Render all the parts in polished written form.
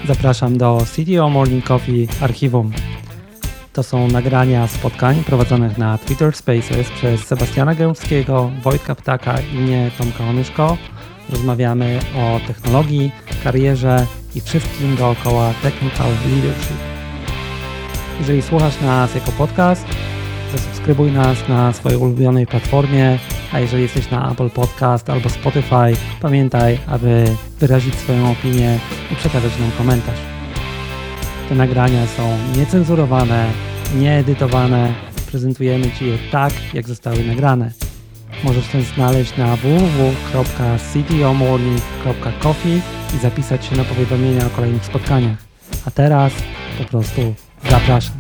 Zapraszam do CTO Morning Coffee Archiwum. To są nagrania spotkań prowadzonych na Twitter Spaces przez Sebastiana Gębskiego, Wojtka Ptaka i mnie, Tomka Onyszko. Rozmawiamy o technologii, karierze i wszystkim dookoła technical leadership. Jeżeli słuchasz nas jako podcast, zasubskrybuj nas na swojej ulubionej platformie, a jeżeli jesteś na Apple Podcast albo Spotify, pamiętaj, aby wyrazić swoją opinię i przekazać nam komentarz. Te nagrania są niecenzurowane, nieedytowane, prezentujemy Ci je tak, jak zostały nagrane. Możesz ten znaleźć na www.ctomorning.coffee i zapisać się na powiadomienia o kolejnych spotkaniach. A teraz po prostu zapraszam.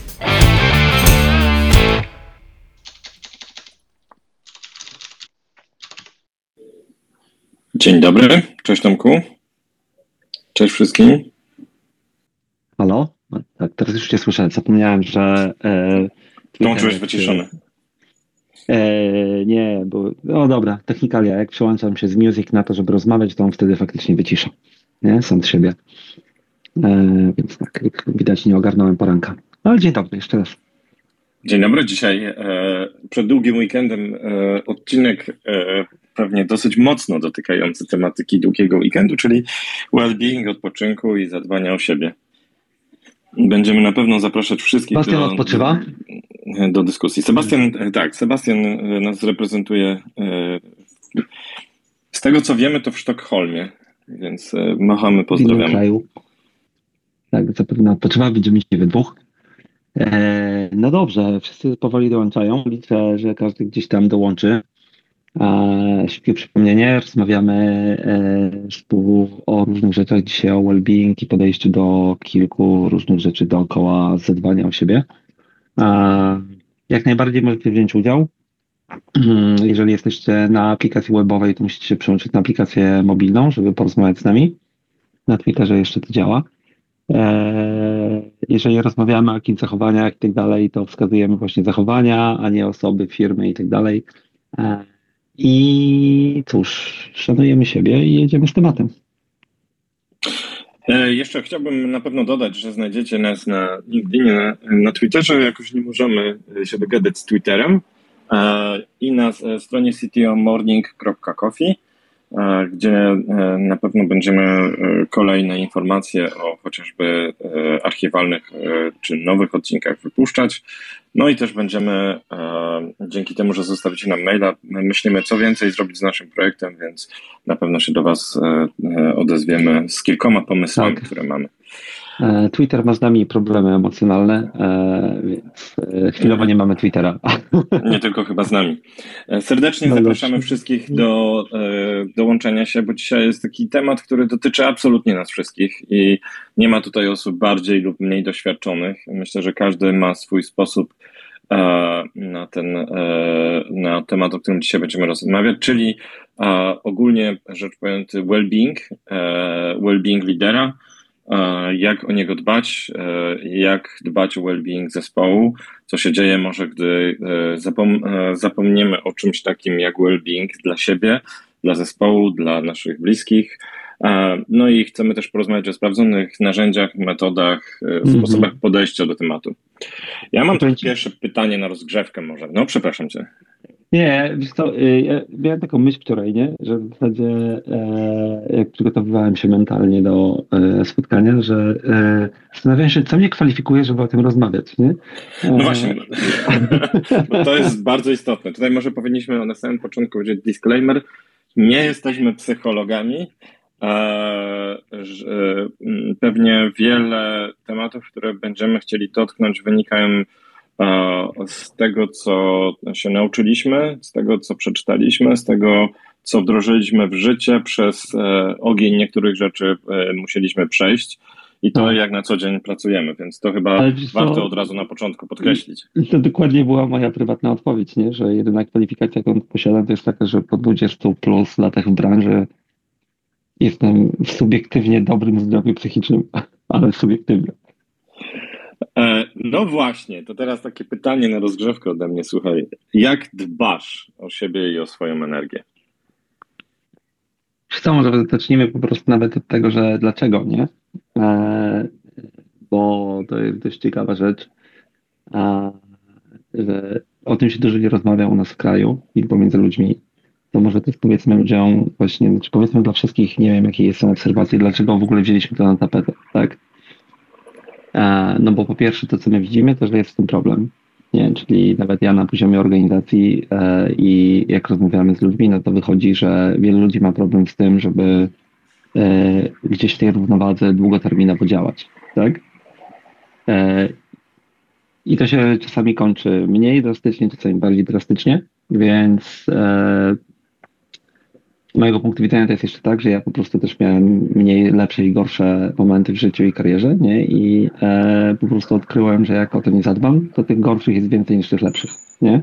Dzień dobry, cześć Tomku, cześć wszystkim. Halo? Tak, teraz już Cię słyszę. Zapomniałem, że... Dołączyłeś wyciszony. Nie, bo... No dobra, technikalia. Jak przełączam się z music na to, żeby rozmawiać, to on wtedy faktycznie wycisza. Nie? Sam z siebie. Więc tak, jak widać, nie ogarnąłem poranka. Ale dzień dobry, jeszcze raz. Dzień dobry, dzisiaj przed długim weekendem odcinek pewnie dosyć mocno dotykający tematyki długiego weekendu, czyli well-being, odpoczynku i zadbania o siebie. Będziemy na pewno zapraszać wszystkich Sebastian odpoczywa? Do dyskusji. Sebastian nas reprezentuje, z tego co wiemy, to w Sztokholmie, więc machamy, pozdrawiamy. W kraju. Tak, zapewne odpoczywa, widzimy się we dwóch. No dobrze, wszyscy powoli dołączają. Liczę, że każdy gdzieś tam dołączy. Szybkie przypomnienie, rozmawiamy o różnych rzeczach dzisiaj, o well-being i podejściu do kilku różnych rzeczy dookoła zadbania o siebie. Jak najbardziej możecie wziąć udział. Jeżeli jesteście na aplikacji webowej, to musicie się przełączyć na aplikację mobilną, żeby porozmawiać z nami. Na Twitterze jeszcze to działa. Jeżeli rozmawiamy o jakichś zachowaniach i tak dalej, to wskazujemy właśnie zachowania, a nie osoby, firmy i tak dalej. I cóż, szanujemy siebie i jedziemy z tematem. Jeszcze chciałbym na pewno dodać, że znajdziecie nas na LinkedInie, na Twitterze, jakoś nie możemy się dogadać z Twitterem, i na stronie ctomorning.coffee, gdzie na pewno będziemy kolejne informacje o chociażby archiwalnych czy nowych odcinkach wypuszczać. No i też będziemy, dzięki temu, że zostawicie nam maila, myślimy, co więcej zrobić z naszym projektem, więc na pewno się do Was odezwiemy z kilkoma pomysłami, które mamy. Twitter ma z nami problemy emocjonalne, więc chwilowo nie mamy Twittera. Nie tylko chyba z nami. Serdecznie zapraszamy wszystkich do dołączenia się, bo dzisiaj jest taki temat, który dotyczy absolutnie nas wszystkich i nie ma tutaj osób bardziej lub mniej doświadczonych. Myślę, że każdy ma swój sposób na temat, o którym dzisiaj będziemy rozmawiać, czyli ogólnie rzecz pojęty well-being lidera, jak o niego dbać, jak dbać o well-being zespołu, co się dzieje może, gdy zapomniemy o czymś takim jak well-being dla siebie, dla zespołu, dla naszych bliskich. No i chcemy też porozmawiać o sprawdzonych narzędziach, metodach, sposobach podejścia do tematu. Ja mam takie pierwsze pytanie na rozgrzewkę może. No, przepraszam Cię. Nie, wiesz co, ja miałem taką myśl wczoraj, nie? Że w zasadzie jak przygotowywałem się mentalnie do spotkania, że zastanawiałem się, co mnie kwalifikuje, żeby o tym rozmawiać, nie? No właśnie, bo to jest bardzo istotne. Tutaj może powinniśmy na samym początku powiedzieć disclaimer, nie jesteśmy psychologami. Pewnie wiele tematów, które będziemy chcieli dotknąć, wynikają z tego, co się nauczyliśmy, z tego, co przeczytaliśmy, z tego, co wdrożyliśmy w życie, przez ogień niektórych rzeczy musieliśmy przejść i to, jak na co dzień pracujemy, więc to chyba warto od razu na początku podkreślić. To dokładnie była moja prywatna odpowiedź, nie? Że jedyna kwalifikacja, jaką posiadam, to jest taka, że po 20 plus latach w branży jestem w subiektywnie dobrym zdrowiu psychicznym, ale subiektywnie. No właśnie, to teraz takie pytanie na rozgrzewkę ode mnie, słuchaj. Jak dbasz o siebie i o swoją energię? Co, może zacznijmy po prostu nawet od tego, że dlaczego, nie? e, bo to jest dość ciekawa rzecz, a, że o tym się dużo nie rozmawia u nas w kraju i pomiędzy ludźmi. To może też powiedzmy ludziom właśnie, czy powiedzmy dla wszystkich, nie wiem jakie są obserwacje, dlaczego w ogóle wzięliśmy to na tapetę, tak? No bo po pierwsze to, co my widzimy, to, że jest w tym problem. Nie, czyli nawet ja na poziomie organizacji i jak rozmawiamy z ludźmi, no to wychodzi, że wielu ludzi ma problem z tym, żeby gdzieś w tej równowadze długoterminowo działać, tak? E, I to się czasami kończy mniej drastycznie, czasami bardziej drastycznie, więc z mojego punktu widzenia to jest jeszcze tak, że ja po prostu też miałem mniej lepsze i gorsze momenty w życiu i karierze, nie? I po prostu odkryłem, że jak o to nie zadbam, to tych gorszych jest więcej niż tych lepszych, nie?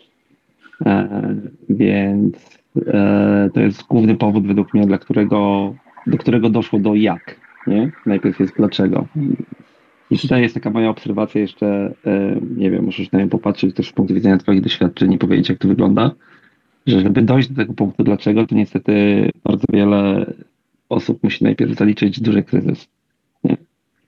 Więc to jest główny powód według mnie, do którego doszło do jak, nie? Najpierw jest dlaczego. I tutaj jest taka moja obserwacja jeszcze, nie wiem, możesz na nią popatrzeć też z punktu widzenia twoich doświadczeń i powiedzieć, jak to wygląda, że żeby dojść do tego punktu dlaczego, to niestety bardzo wiele osób musi najpierw zaliczyć duży kryzys. Nie?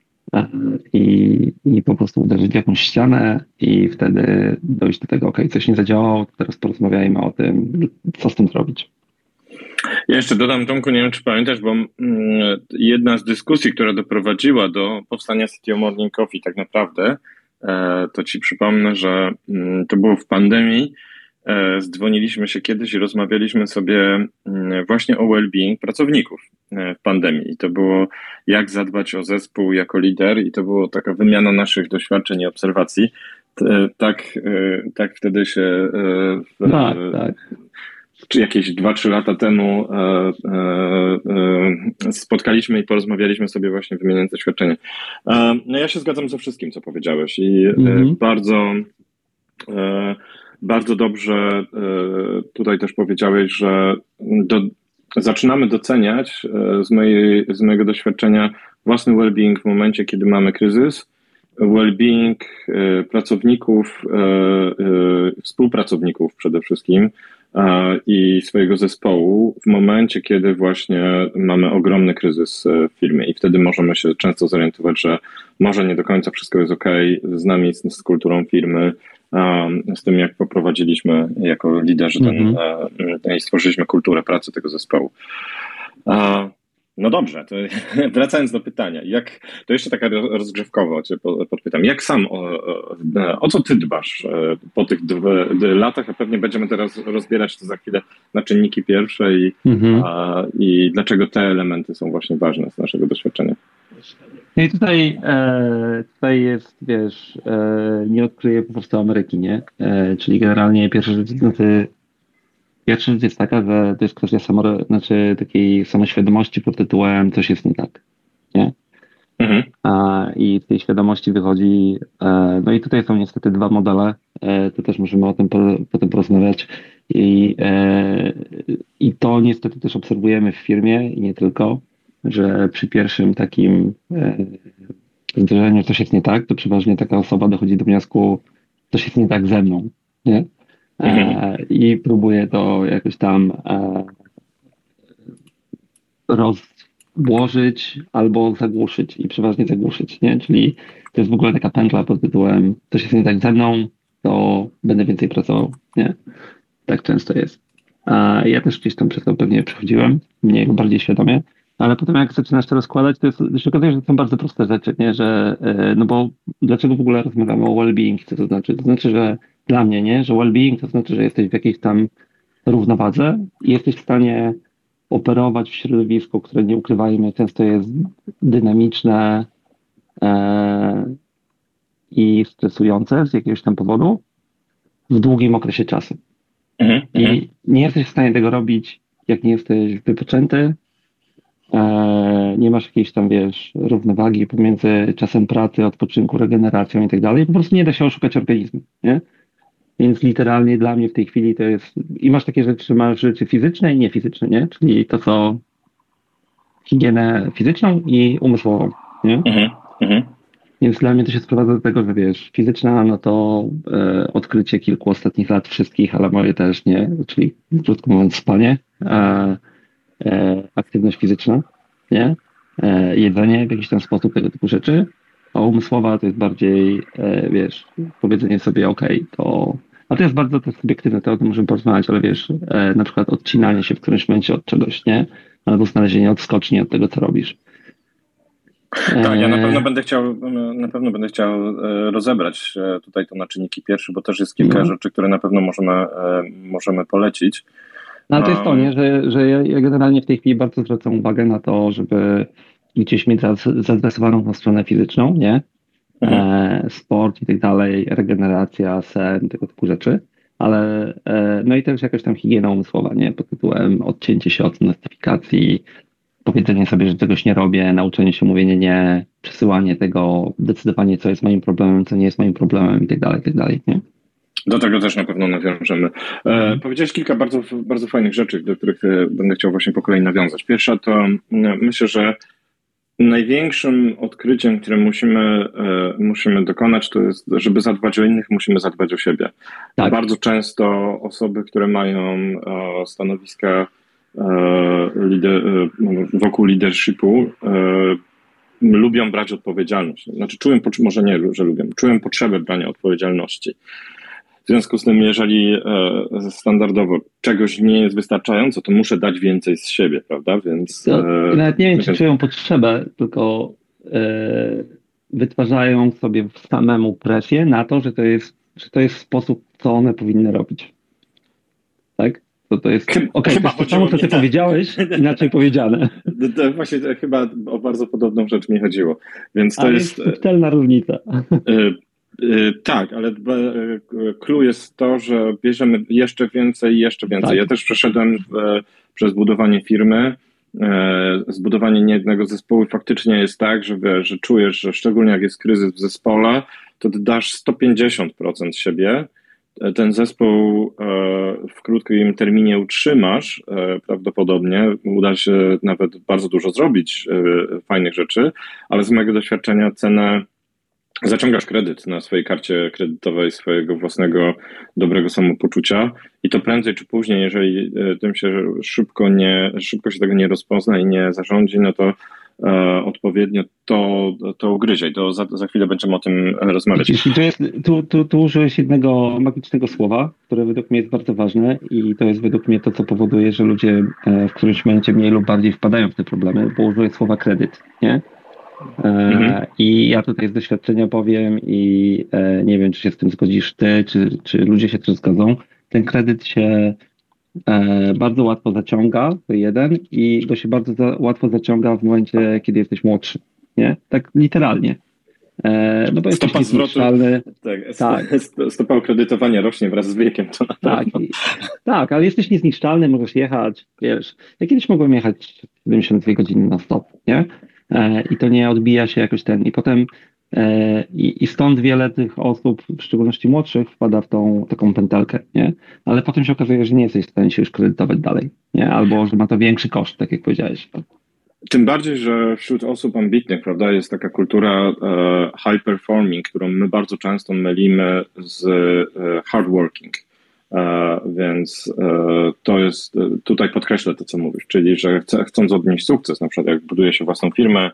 I po prostu uderzyć w jakąś ścianę i wtedy dojść do tego, ok, coś nie zadziałało, to teraz porozmawiajmy o tym, co z tym zrobić. Ja jeszcze dodam, Tomku, nie wiem, czy pamiętasz, bo jedna z dyskusji, która doprowadziła do powstania CTO Morning Coffee tak naprawdę, to ci przypomnę, że to było w pandemii. Zdzwoniliśmy się kiedyś i rozmawialiśmy sobie właśnie o well-being pracowników w pandemii. I to było jak zadbać o zespół jako lider i to była taka wymiana naszych doświadczeń i obserwacji. Tak wtedy się Tak. czy jakieś 2-3 lata temu spotkaliśmy i porozmawialiśmy sobie właśnie wymieniając doświadczenie. No ja się zgadzam ze wszystkim, co powiedziałeś i bardzo dobrze tutaj też powiedziałeś, że zaczynamy doceniać z mojego doświadczenia własny well-being w momencie, kiedy mamy kryzys, well-being pracowników, współpracowników przede wszystkim i swojego zespołu w momencie, kiedy właśnie mamy ogromny kryzys w firmie i wtedy możemy się często zorientować, że może nie do końca wszystko jest ok z nami, z kulturą firmy, z tym jak poprowadziliśmy jako liderzy i stworzyliśmy kulturę pracy tego zespołu. No dobrze, to wracając do pytania, to jeszcze taka rozgrzewkowo cię podpytam, jak sam, o co ty dbasz po tych latach, a pewnie będziemy teraz rozbierać to za chwilę na czynniki pierwsze i dlaczego te elementy są właśnie ważne z naszego doświadczenia. No i tutaj jest, wiesz, nie odkryję po prostu Ameryki, nie? Czyli generalnie pierwsza rzecz jest taka, że to jest kwestia takiej samoświadomości pod tytułem coś jest nie tak, nie? I z tej świadomości wychodzi, no i tutaj są niestety dwa modele, to też możemy o tym potem porozmawiać i to niestety też obserwujemy w firmie i nie tylko, że przy pierwszym takim zdarzeniu coś jest nie tak, to przeważnie taka osoba dochodzi do wniosku, coś jest nie tak ze mną, nie? I próbuje to jakoś tam rozłożyć albo zagłuszyć i przeważnie zagłuszyć, nie? Czyli to jest w ogóle taka pętla pod tytułem coś jest nie tak ze mną, to będę więcej pracował, nie? Tak często jest. Ja też gdzieś tam przez to pewnie przechodziłem, mniej lub bardziej świadomie, ale potem jak zaczynasz to rozkładać, to się okazuje, że to są bardzo proste rzeczy, nie? Że, no bo dlaczego w ogóle rozmawiamy o well-being? Co to znaczy? To znaczy, że dla mnie, nie? Że well-being to znaczy, że jesteś w jakiejś tam równowadze i jesteś w stanie operować w środowisku, które nie ukrywajmy, często jest dynamiczne i stresujące z jakiegoś tam powodu w długim okresie czasu. I nie jesteś w stanie tego robić, jak nie jesteś wypoczęty, nie masz jakiejś tam, wiesz, równowagi pomiędzy czasem pracy, odpoczynku, regeneracją i tak dalej. Po prostu nie da się oszukać organizmu, nie? Więc literalnie dla mnie w tej chwili to jest... I masz takie rzeczy, masz rzeczy fizyczne i niefizyczne, nie? Czyli to, co higienę fizyczną i umysłową, nie? Więc dla mnie to się sprowadza do tego, że wiesz, fizyczna, no to odkrycie kilku ostatnich lat wszystkich, ale moje też, nie? Czyli krótko mówiąc spanie, aktywność fizyczna, nie? jedzenie w jakiś tam sposób, tego typu rzeczy, a umysłowa to jest bardziej, wiesz, powiedzenie sobie, okej, to... A to jest bardzo też subiektywne, to o tym możemy porozmawiać, ale wiesz, na przykład odcinanie się w którymś momencie od czegoś, nie? Albo znalezienie odskoczni od tego, co robisz. Tak, ja E, na pewno będę chciał rozebrać tutaj to na czynniki pierwsze, bo też jest kilka no. rzeczy, które na pewno możemy polecić. No ale to jest to, Um, nie? Że ja generalnie w tej chwili bardzo zwracam uwagę na to, żeby gdzieś mieć zaadresowaną tą stronę fizyczną, nie? mhm. Sport i tak dalej, regeneracja, sen, tego typu rzeczy, ale no i też jakaś tam higiena umysłowa, nie? Pod tytułem odcięcie się od notyfikacji, powiedzenie sobie, że czegoś nie robię, nauczenie się mówienia nie, przesyłanie tego, decydowanie co jest moim problemem, co nie jest moim problemem i tak dalej, nie? Do tego też na pewno nawiążemy. Mhm. Powiedziałeś kilka bardzo, bardzo fajnych rzeczy, do których będę chciał właśnie po kolei nawiązać. Pierwsza to myślę, że największym odkryciem, które musimy dokonać, to jest, żeby zadbać o innych, musimy zadbać o siebie. Tak, Bardzo często osoby, które mają stanowiska wokół leadershipu, lubią brać odpowiedzialność. Znaczy czułem, może nie, że lubią, czułem potrzebę brania odpowiedzialności. W związku z tym, jeżeli standardowo czegoś nie jest wystarczająco, to muszę dać więcej z siebie, prawda? Więc, to nawet nie wiem, czy więc czują potrzebę, tylko wytwarzają sobie samemu presję na to, że to jest sposób, co one powinny robić. Tak? To jest, okej, to chyba jest to chodziło samo, co mi ty tak. powiedziałeś, inaczej powiedziane. Właśnie chyba o bardzo podobną rzecz mi chodziło. Więc to Ale jest. jest subtelna różnica. Tak, ale clue jest to, że bierzemy jeszcze więcej, jeszcze więcej. Tak. Ja też przeszedłem przez budowanie firmy, zbudowanie niejednego zespołu i faktycznie jest tak, że wiesz, że czujesz, że szczególnie jak jest kryzys w zespole, to ty dasz 150% siebie. Ten zespół w krótkim terminie utrzymasz prawdopodobnie. Uda się nawet bardzo dużo zrobić fajnych rzeczy, ale z mojego doświadczenia cenę zaciągasz kredyt na swojej karcie kredytowej swojego własnego dobrego samopoczucia i to prędzej czy później, jeżeli tym się szybko się tego nie rozpozna i nie zarządzi, no to odpowiednio to ugryzie i to za chwilę będziemy o tym rozmawiać. Widzisz, i tu użyłeś jednego magicznego słowa, które według mnie jest bardzo ważne i to jest według mnie to, co powoduje, że ludzie w którymś momencie mniej lub bardziej wpadają w te problemy, bo użyłeś słowa kredyt, nie? Mhm. I ja tutaj z doświadczenia powiem i nie wiem, czy się z tym zgodzisz ty, czy ludzie się też zgodzą. Ten kredyt się bardzo łatwo zaciąga, to jeden, i go się bardzo łatwo zaciąga w momencie, kiedy jesteś młodszy, nie? Tak literalnie. No bo jesteś Stopa zwrotu, niezniszczalny, tak, tak, stopa kredytowania rośnie wraz z wiekiem, to na tak, pewno. tak, ale jesteś niezniszczalny, możesz jechać, wiesz. Ja kiedyś mogłem jechać 72 godziny na stop, nie? I to nie odbija się jakoś ten. I potem i stąd wiele tych osób, w szczególności młodszych, wpada w tą taką pętelkę, nie? Ale potem się okazuje, że nie jesteś w stanie się już kredytować dalej, nie? Albo że ma to większy koszt, tak jak powiedziałeś. Tym bardziej, że wśród osób ambitnych, prawda, jest taka kultura high performing, którą my bardzo często mylimy z hard working. Więc to jest, tutaj podkreślę to, co mówisz, czyli że chcąc odnieść sukces, na przykład jak buduje się własną firmę,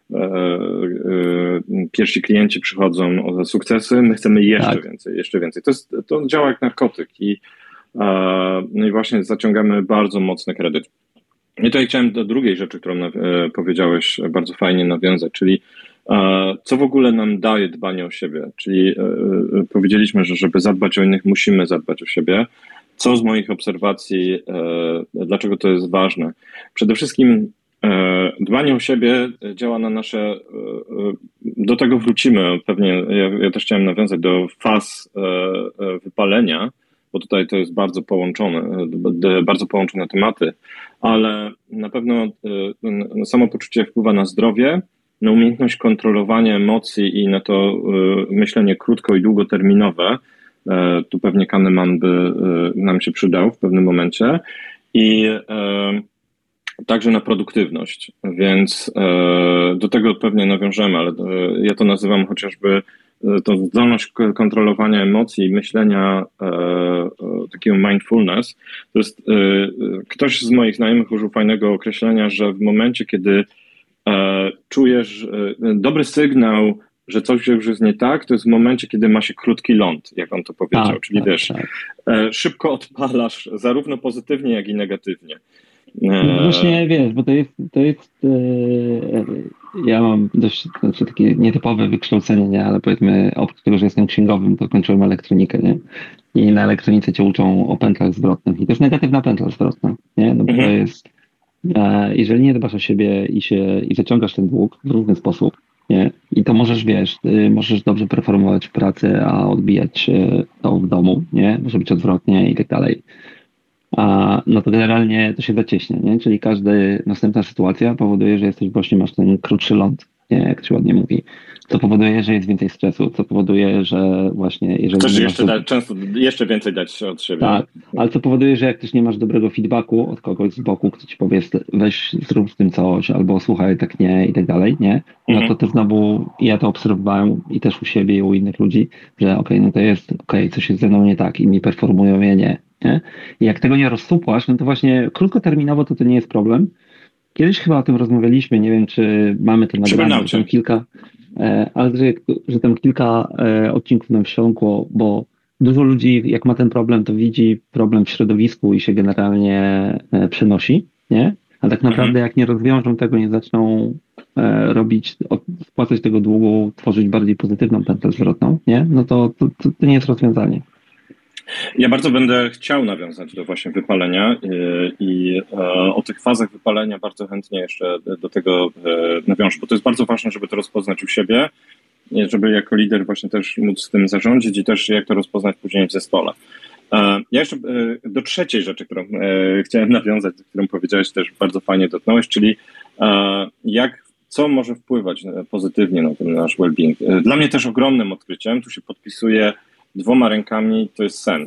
pierwsi klienci przychodzą o sukcesy, my chcemy jeszcze Tak. więcej, jeszcze więcej. To działa jak narkotyk no i właśnie zaciągamy bardzo mocny kredyt. I tutaj chciałem do drugiej rzeczy, którą powiedziałeś, bardzo fajnie nawiązać, czyli co w ogóle nam daje dbanie o siebie. Czyli powiedzieliśmy, że żeby zadbać o innych, musimy zadbać o siebie. Co z moich obserwacji, dlaczego to jest ważne? Przede wszystkim dbanie o siebie działa na nasze, do tego wrócimy pewnie, ja też chciałem nawiązać do faz wypalenia, bo tutaj to jest bardzo połączone tematy, ale na pewno samopoczucie wpływa na zdrowie, na umiejętność kontrolowania emocji i na to myślenie krótko i długoterminowe. Tu pewnie Kahneman by nam się przydał w pewnym momencie. I także na produktywność, więc do tego pewnie nawiążemy, ale ja to nazywam chociażby tą zdolność kontrolowania emocji i myślenia takiego mindfulness. To jest, ktoś z moich znajomych użył fajnego określenia, że w momencie, kiedy czujesz dobry sygnał, że coś już jest nie tak, to jest w momencie, kiedy ma się krótki ląd, jak on to powiedział. Tak, Czyli tak, wiesz, tak. Szybko odpalasz zarówno pozytywnie, jak i negatywnie. No właśnie, wiesz, bo ja mam dość, znaczy takie nietypowe wykształcenie, nie, ale powiedzmy, oprócz tego, że jestem księgowym, to kończyłem elektronikę, nie? I na elektronice cię uczą o pętlach zwrotnych. I to jest negatywna pętla zwrotna, nie? No bo to Mhm. jest, jeżeli nie dbasz o siebie i zaciągasz ten dług w różny sposób, nie? I to możesz, wiesz, ty możesz dobrze performować w pracy, a odbijać to w domu, nie? Może być odwrotnie i tak dalej. No to generalnie to się zacieśnia, nie? Czyli każda następna sytuacja powoduje, że jesteś właśnie, masz ten krótszy ląd, nie? Jak się ładnie mówi. Co powoduje, że jest więcej stresu, co powoduje, że właśnie, jeżeli Chcesz nie masz... jeszcze często jeszcze więcej dać od siebie. Tak, ale co powoduje, że jak też nie masz dobrego feedbacku od kogoś z boku, kto ci powie, weź zrób z tym coś, albo słuchaj, tak nie i tak dalej, nie? No to Mhm. ty znowu, ja to obserwowałem i też u siebie i u innych ludzi, że okej, no to jest, coś jest ze mną nie tak, inni performują, ja nie, nie? I jak tego nie rozsupłasz, no to właśnie krótkoterminowo to nie jest problem. Kiedyś chyba o tym rozmawialiśmy, nie wiem, czy mamy to Przy nagrane, że tam burnoucie. ale że tam kilka odcinków nam wsiąkło, bo dużo ludzi, jak ma ten problem, to widzi problem w środowisku i się generalnie przenosi, nie? A tak Mhm. naprawdę jak nie rozwiążą tego, nie zaczną spłacać tego długu, tworzyć bardziej pozytywną pętlę zwrotną, nie? No to nie jest rozwiązanie. Ja bardzo będę chciał nawiązać do właśnie wypalenia o tych fazach wypalenia bardzo chętnie jeszcze do tego nawiążę, bo to jest bardzo ważne, żeby to rozpoznać u siebie, żeby jako lider właśnie też móc z tym zarządzić i też jak to rozpoznać później w zespole. Ja jeszcze do trzeciej rzeczy, którą chciałem nawiązać, którą powiedziałeś, też bardzo fajnie dotknąłeś, czyli co może wpływać pozytywnie na ten nasz well-being. Dla mnie też ogromnym odkryciem, tu się podpisuję dwoma rękami, to jest sen.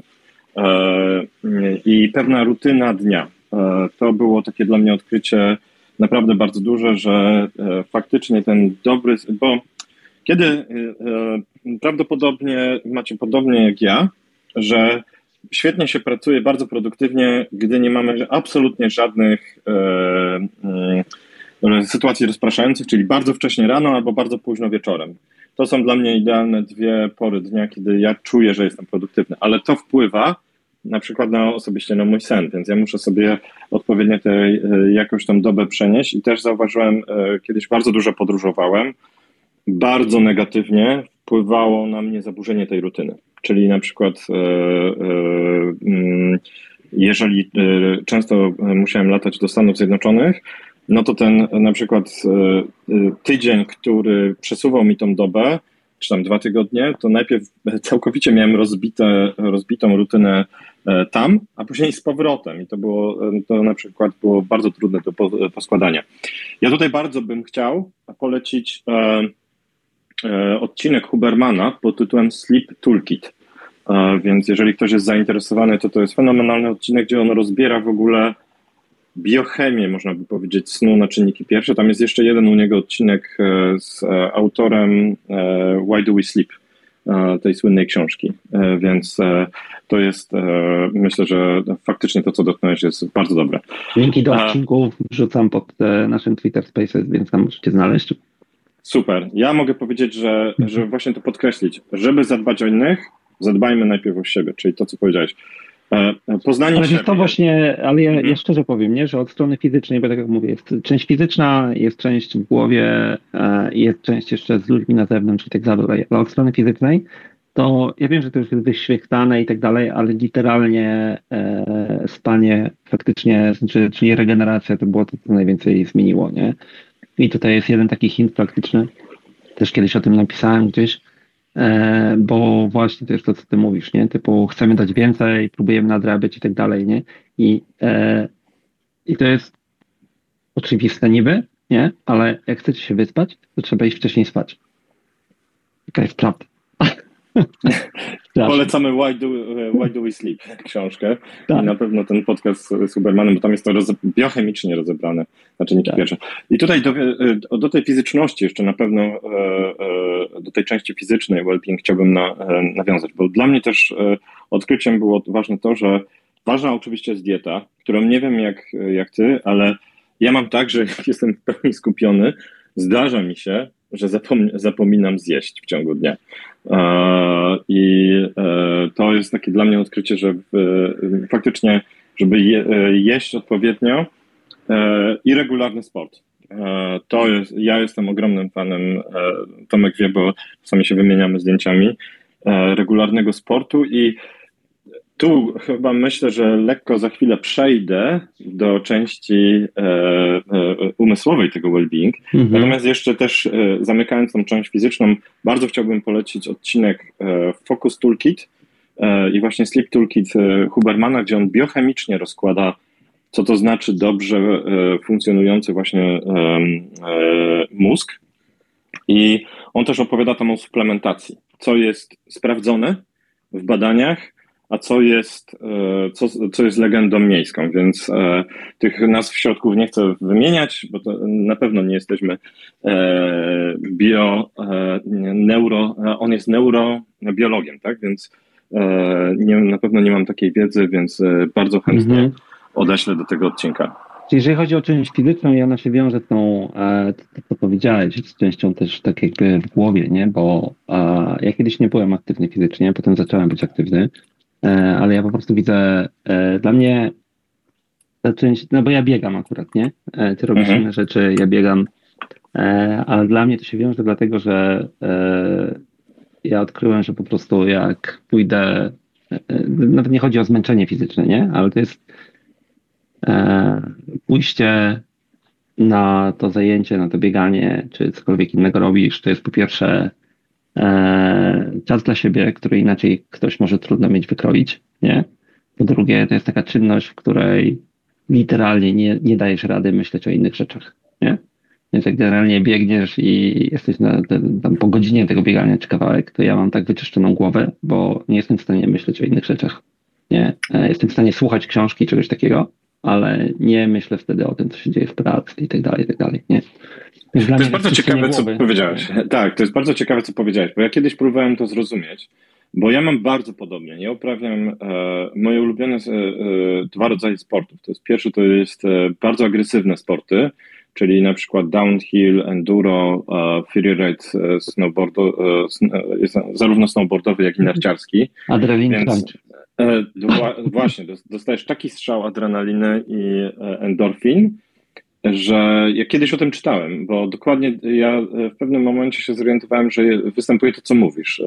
I pewna rutyna dnia. To było takie dla mnie odkrycie naprawdę bardzo duże, że faktycznie ten dobry, bo kiedy prawdopodobnie macie podobnie jak ja, że świetnie się pracuje, bardzo produktywnie, gdy nie mamy absolutnie żadnych sytuacji rozpraszających, czyli bardzo wcześnie rano albo bardzo późno wieczorem. To są dla mnie idealne dwie pory dnia, kiedy ja czuję, że jestem produktywny, ale to wpływa na przykład osobiście na mój sen, więc ja muszę sobie odpowiednio jakąś tą dobę przenieść i też zauważyłem, kiedyś bardzo dużo podróżowałem, bardzo negatywnie wpływało na mnie zaburzenie tej rutyny. Czyli na przykład jeżeli często musiałem latać do Stanów Zjednoczonych, no to ten na przykład tydzień, który przesuwał mi tą dobę, czy tam 2 tygodnie, to najpierw całkowicie miałem rozbitą rutynę tam, a później z powrotem i to na przykład było bardzo trudne do poskładania. Ja tutaj bardzo bym chciał polecić odcinek Hubermana pod tytułem Sleep Toolkit. Więc jeżeli ktoś jest zainteresowany, to jest fenomenalny odcinek, gdzie on rozbiera w ogóle biochemię, można by powiedzieć, snu na czynniki pierwsze. Tam jest jeszcze jeden u niego odcinek z autorem Why Do We Sleep, tej słynnej książki. Więc to jest, myślę, że faktycznie to, co dotknąłeś, jest bardzo dobre. Linki do odcinków wrzucam pod naszym Twitter Spaces, więc tam możecie znaleźć. Super. Ja mogę powiedzieć, że właśnie to podkreślić. Żeby zadbać o innych, zadbajmy najpierw o siebie, czyli to, co powiedziałeś. Poznanie ale siebie. To właśnie, ale ja szczerze powiem, nie, że od strony fizycznej, bo tak jak mówię, jest część fizyczna, jest część w głowie, jest część jeszcze z ludźmi na zewnątrz i tak dalej, ale od strony fizycznej to ja wiem, że to już jest wyświechtane i tak dalej, ale literalnie spanie faktycznie, czyli regeneracja to było to, co najwięcej zmieniło, nie? I tutaj jest jeden taki hint praktyczny, też kiedyś o tym napisałem gdzieś, bo właśnie to jest to, co ty mówisz, nie? Typu chcemy dać więcej, próbujemy nadrabiać i tak dalej, nie? I to jest oczywiste niby, nie? Ale jak chcecie się wyspać, to trzeba iść wcześniej spać. Taka jest prawda. Polecamy Why Do We Sleep książkę Tak. I na pewno ten podcast z Hubermanem, bo tam jest to biochemicznie rozebrane na czynniki pierwsze. I tutaj do tej fizyczności jeszcze na pewno, do tej części fizycznej well-being chciałbym nawiązać, bo dla mnie też odkryciem było ważne to, że ważna oczywiście jest dieta, którą nie wiem jak ty, ale Ja mam tak, że jak jestem w pełni skupiony, zdarza mi się, że zapominam zjeść w ciągu dnia. To jest takie dla mnie odkrycie, że faktycznie, żeby jeść odpowiednio i regularny sport. Ja jestem ogromnym fanem, Tomek wie, bo czasami się wymieniamy zdjęciami, regularnego sportu i tu chyba myślę, że lekko za chwilę przejdę do części umysłowej tego well-being. Natomiast jeszcze też zamykając tą część fizyczną, bardzo chciałbym polecić odcinek Focus Toolkit i właśnie Sleep Toolkit Hubermana, gdzie on biochemicznie rozkłada, co to znaczy dobrze funkcjonujący właśnie mózg. I on też opowiada tam o suplementacji, co jest sprawdzone w badaniach, a co jest legendą miejską, więc tych nazw środków nie chcę wymieniać, bo to na pewno nie jesteśmy on jest neurobiologiem, tak, więc na pewno nie mam takiej wiedzy, więc bardzo chętnie odeślę do tego odcinka. Czyli jeżeli chodzi o część fizyczną i ona się wiąże z tą, co powiedziałeś, z częścią też tak jakby w głowie, nie? Bo ja kiedyś nie byłem aktywny fizycznie, potem zacząłem być aktywny, ale ja po prostu widzę, dla mnie ta część, no bo ja biegam akurat, nie? Ty robisz inne rzeczy, ja biegam, ale dla mnie to się wiąże dlatego, że ja odkryłem, że po prostu jak pójdę, nawet nie chodzi o zmęczenie fizyczne, nie? Ale to jest pójście na to zajęcie, na to bieganie, czy cokolwiek innego robisz, to jest po pierwsze czas dla siebie, który inaczej ktoś może trudno mieć wykroić, nie? Po drugie, to jest taka czynność, w której literalnie nie dajesz rady myśleć o innych rzeczach, nie? Więc jak generalnie biegniesz i jesteś tam po godzinie tego biegania czy kawałek, to ja mam tak wyczyszczoną głowę, bo nie jestem w stanie myśleć o innych rzeczach, nie? Jestem w stanie słuchać książki, czegoś takiego, ale nie myślę wtedy o tym, co się dzieje w pracy i tak dalej, nie? To jest bardzo ciekawe, co powiedziałeś. Tak, to jest bardzo ciekawe, co powiedziałeś, bo ja kiedyś próbowałem to zrozumieć, bo ja mam bardzo podobnie. Ja uprawiam moje ulubione dwa rodzaje sportów. Pierwszy to jest bardzo agresywne sporty, czyli na przykład downhill, enduro, freeride, zarówno snowboardowy, jak i narciarski. Adrenalin crunch. Właśnie, dostajesz taki strzał adrenaliny i endorfin, że ja kiedyś o tym czytałem, bo dokładnie ja w pewnym momencie się zorientowałem, że występuje to, co mówisz.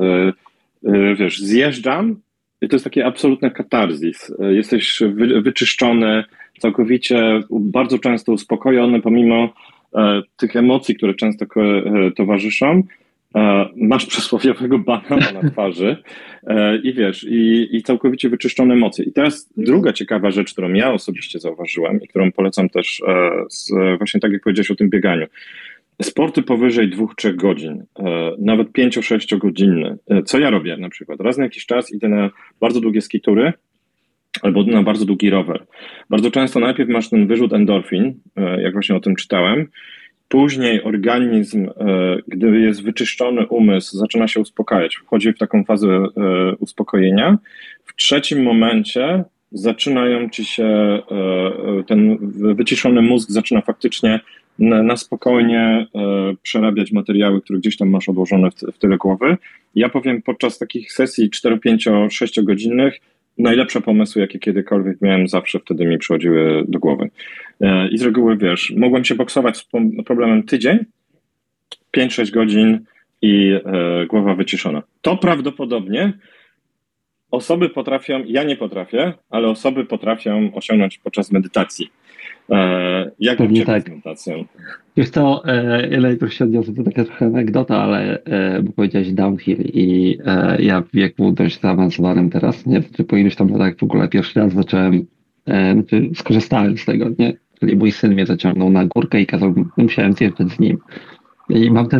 Wiesz, zjeżdżam i to jest takie absolutne katarzis. Jesteś wyczyszczony, całkowicie, bardzo często uspokojony, pomimo tych emocji, które często towarzyszą. Masz przysłowiowego banana na twarzy i wiesz, i całkowicie wyczyszczone emocje. I teraz druga ciekawa rzecz, którą ja osobiście zauważyłem i którą polecam też właśnie tak jak powiedziałeś o tym bieganiu. Sporty powyżej 2-3 godzin, nawet 5-6 godzinne. Co ja robię na przykład? Raz na jakiś czas idę na bardzo długie skitury albo na bardzo długi rower. Bardzo często najpierw masz ten wyrzut endorfin, jak właśnie o tym czytałem. Później organizm, gdy jest wyczyszczony umysł, zaczyna się uspokajać, wchodzi w taką fazę uspokojenia. W trzecim momencie zaczynają ci się, ten wyciszony mózg zaczyna faktycznie na spokojnie przerabiać materiały, które gdzieś tam masz odłożone w tyle głowy. Ja powiem, podczas takich sesji 4, 5, 6 godzinnych najlepsze pomysły, jakie kiedykolwiek miałem, zawsze wtedy mi przychodziły do głowy. I z reguły, wiesz, mogłem się boksować z problemem tydzień, 5-6 godzin i głowa wyciszona. To prawdopodobnie osoby potrafią, ja nie potrafię, ale osoby potrafią osiągnąć podczas medytacji. Jak u ciebie z medytacją? Wiesz co, ja najpierw się odniosę, to taka trochę anegdota, ale bo powiedziałeś downhill i ja w wieku dość zaawansowanym teraz, nie? Czy po iluś tam latach w ogóle pierwszy raz zacząłem, skorzystałem z tego, nie? Czyli mój syn mnie zaciągnął na górkę i musiałem zjeżdżać z nim. I mam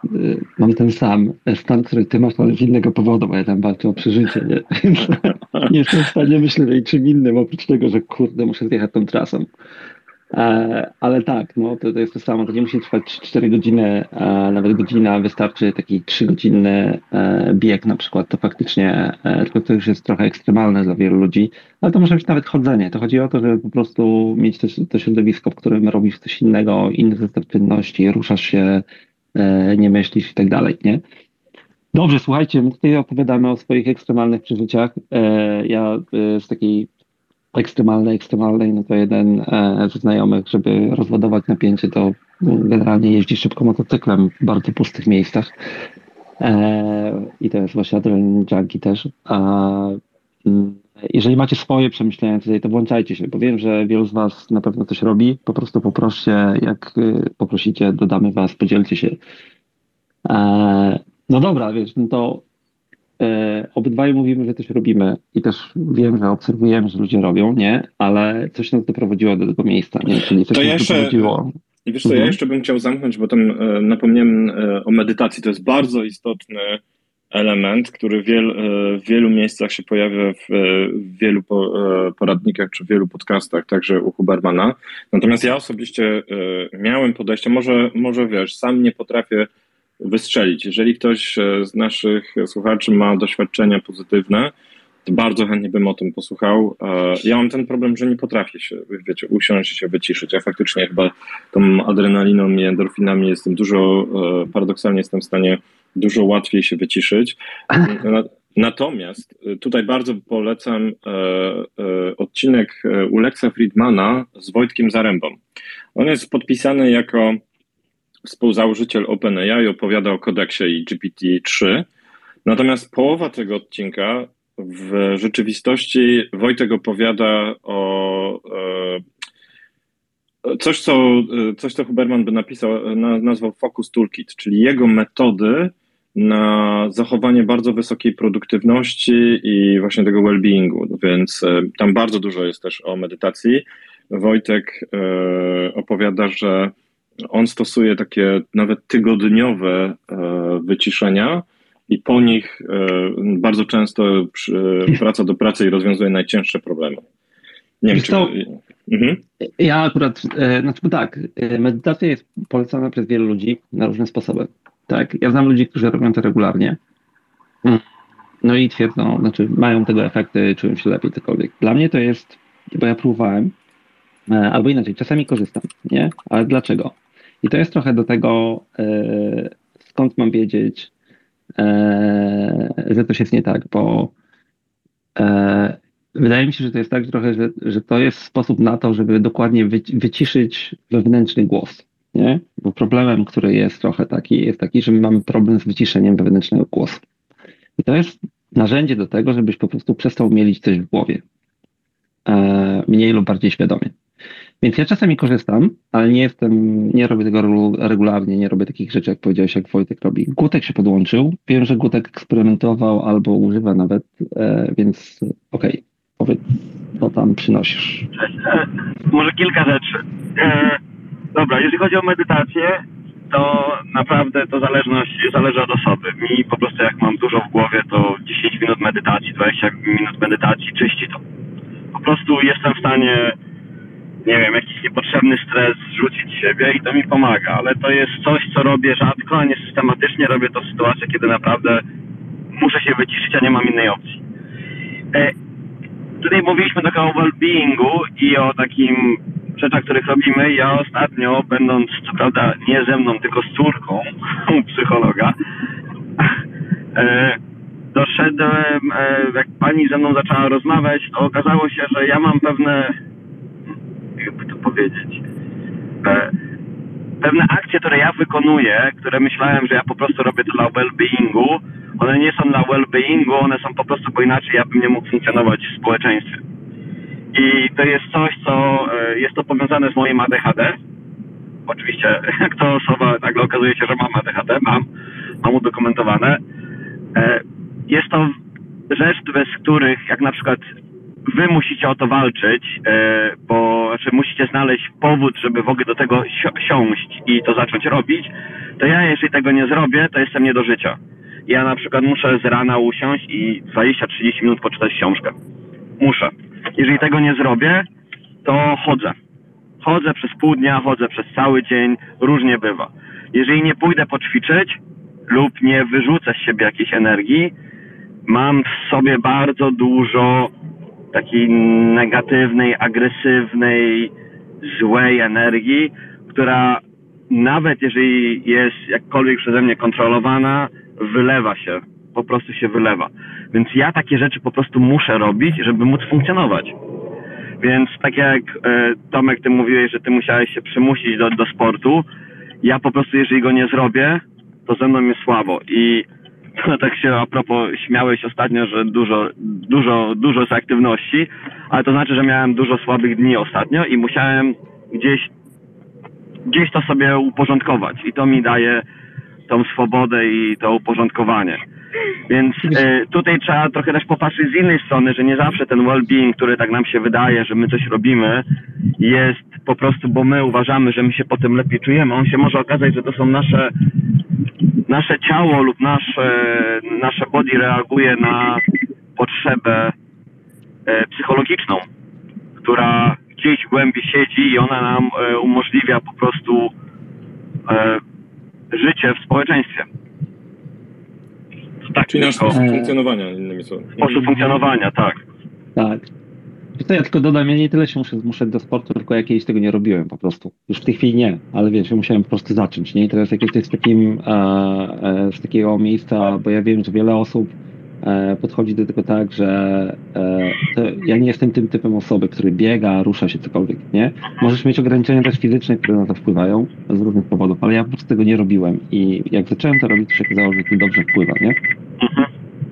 ten sam stan, który ty masz, ale z innego powodu, bo ja tam walczę o przeżycie, nie? Więc nie jestem w stanie myśleć o niczym innym, oprócz tego, że kurde, muszę zjechać tą trasą. Ale tak, no to jest to samo. To nie musi trwać 4 godziny, nawet godzina, wystarczy taki 3-godzinny bieg na przykład. To faktycznie, tylko to już jest trochę ekstremalne dla wielu ludzi, ale to może być nawet chodzenie. To chodzi o to, żeby po prostu mieć to środowisko, w którym robisz coś innego, inny zestaw czynności, ruszasz się, nie myślisz i tak dalej, nie? Dobrze, słuchajcie, my tutaj opowiadamy o swoich ekstremalnych przeżyciach. Ja z takiej ekstremalnej, no to jeden ze znajomych, żeby rozładować napięcie, to generalnie jeździ szybko motocyklem w bardzo pustych miejscach. I to jest właśnie Adrenaline Junkie też. Jeżeli macie swoje przemyślenia tutaj, to włączajcie się, bo wiem, że wielu z Was na pewno coś robi. Po prostu poproście, jak poprosicie, dodamy Was, podzielcie się. No dobra, wiesz, no to obydwaj mówimy, że coś robimy i też wiem, że obserwujemy, że ludzie robią, nie? Ale coś nas doprowadziło do tego miejsca, nie? Czyli coś To ja nas jeszcze, doprowadziło. wiesz co, ja jeszcze bym chciał zamknąć, bo tam napomniałem o medytacji. To jest bardzo istotny element, który w wielu miejscach się pojawia w wielu poradnikach czy w wielu podcastach, także u Hubermana. Natomiast ja osobiście miałem podejście, może wiesz, sam nie potrafię wystrzelić. Jeżeli ktoś z naszych słuchaczy ma doświadczenia pozytywne, to bardzo chętnie bym o tym posłuchał. Ja mam ten problem, że nie potrafię się, wiecie, usiąść i się wyciszyć. Ja faktycznie chyba tą adrenaliną i endorfinami jestem paradoksalnie jestem w stanie dużo łatwiej się wyciszyć. Natomiast tutaj bardzo polecam odcinek u Lexa Friedmana z Wojtkiem Zarębą. On jest podpisany jako współzałożyciel OpenAI, opowiada o kodeksie i GPT-3. Natomiast połowa tego odcinka w rzeczywistości Wojtek opowiada o coś, co Huberman by nazwał Focus Toolkit, czyli jego metody na zachowanie bardzo wysokiej produktywności i właśnie tego well-beingu, więc tam bardzo dużo jest też o medytacji. Wojtek opowiada, że on stosuje takie nawet tygodniowe wyciszenia i po nich bardzo często wraca do pracy i rozwiązuje najcięższe problemy. Nie wiem, czy... Mhm. Ja akurat, znaczy tak, medytacja jest polecana przez wielu ludzi na różne sposoby. Tak, ja znam ludzi, którzy robią to regularnie. No i twierdzą, znaczy mają tego efekty, czują się lepiej, cokolwiek. Dla mnie to jest, bo ja próbowałem, albo inaczej, czasami korzystam, nie? Ale dlaczego? I to jest trochę do tego, skąd mam wiedzieć, że coś jest nie tak, bo wydaje mi się, że to jest tak trochę, że to jest sposób na to, żeby dokładnie wyciszyć wewnętrzny głos, nie? Bo problemem, który jest trochę taki, jest taki, że my mamy problem z wyciszeniem wewnętrznego głosu. I to jest narzędzie do tego, żebyś po prostu przestał mielić coś w głowie. Mniej lub bardziej świadomie. Więc ja czasami korzystam, ale nie robię tego regularnie, nie robię takich rzeczy, jak powiedziałeś, jak Wojtek robi. Gutek się podłączył. Wiem, że Gutek eksperymentował albo używa nawet, więc okej, powiedz, co tam przynosisz. Cześć. Może kilka rzeczy. Dobra, jeżeli chodzi o medytację, to naprawdę to zależy od osoby. Mi po prostu jak mam dużo w głowie, to 10 minut medytacji, 20 minut medytacji czyści to. Po prostu jestem w stanie, nie wiem, jakiś niepotrzebny stres zrzucić z siebie i to mi pomaga, ale to jest coś, co robię rzadko, a nie systematycznie. Robię to w sytuacjach, kiedy naprawdę muszę się wyciszyć, a nie mam innej opcji. Tutaj mówiliśmy trochę o well-beingu i o takim rzeczach, których robimy. Ja ostatnio, będąc co prawda nie ze mną, tylko z córką psychologa, doszedłem, jak pani ze mną zaczęła rozmawiać, to okazało się, że ja mam pewne, jakby to powiedzieć, pewne akcje, które ja wykonuję, które myślałem, że ja po prostu robię to dla well-beingu, one nie są dla well-beingu, one są po prostu, bo inaczej ja bym nie mógł funkcjonować w społeczeństwie. I to jest coś, co jest to powiązane z moim ADHD. Oczywiście, jak to osoba, nagle okazuje się, że mam ADHD, mam udokumentowane. Jest to rzecz, bez których, jak na przykład wy musicie o to walczyć, bo znaczy musicie znaleźć powód, żeby w ogóle do tego siąść i to zacząć robić, to ja, jeżeli tego nie zrobię, to jestem nie do życia. Ja na przykład muszę z rana usiąść i 20-30 minut poczytać książkę. Muszę. Jeżeli tego nie zrobię, to chodzę. chodzę przez pół dnia, chodzę przez cały dzień, różnie bywa. Jeżeli nie pójdę poćwiczyć lub nie wyrzucę z siebie jakiejś energii, mam w sobie bardzo dużo takiej negatywnej, agresywnej, złej energii, która nawet jeżeli jest jakkolwiek przeze mnie kontrolowana, wylewa się, po prostu się wylewa. Więc ja takie rzeczy po prostu muszę robić, żeby móc funkcjonować. Więc tak jak Tomek, ty mówiłeś, że ty musiałeś się przymusić do sportu, ja po prostu jeżeli go nie zrobię, to ze mną jest słabo. I tak się a propos śmiałeś ostatnio, że dużo z aktywności, ale to znaczy, że miałem dużo słabych dni ostatnio i musiałem gdzieś to sobie uporządkować i to mi daje tą swobodę i to uporządkowanie. Więc tutaj trzeba trochę też popatrzeć z innej strony, że nie zawsze ten well-being, który tak nam się wydaje, że my coś robimy, jest po prostu, bo my uważamy, że my się potem lepiej czujemy. On się może okazać, że to są nasze ciało lub nasze body reaguje na potrzebę psychologiczną, która gdzieś głębiej siedzi i ona nam umożliwia po prostu życie w społeczeństwie. Tak, czyli nasz sposób funkcjonowania, innymi słowy. Sposób funkcjonowania, tak. Tak. To ja tylko dodam, ja nie tyle się muszę zmuszać do sportu, tylko ja kiedyś tego nie robiłem po prostu. Już w tej chwili nie, ale wiesz, ja musiałem po prostu zacząć, nie? I teraz jak jesteś z takiego miejsca, bo ja wiem, że wiele osób podchodzi do tego tak, że ja nie jestem tym typem osoby, który biega, rusza się cokolwiek, nie? Możesz mieć ograniczenia też fizyczne, które na to wpływają z różnych powodów, ale ja po prostu tego nie robiłem i jak zacząłem to robić, to się okazało, że to dobrze wpływa, nie? Mhm.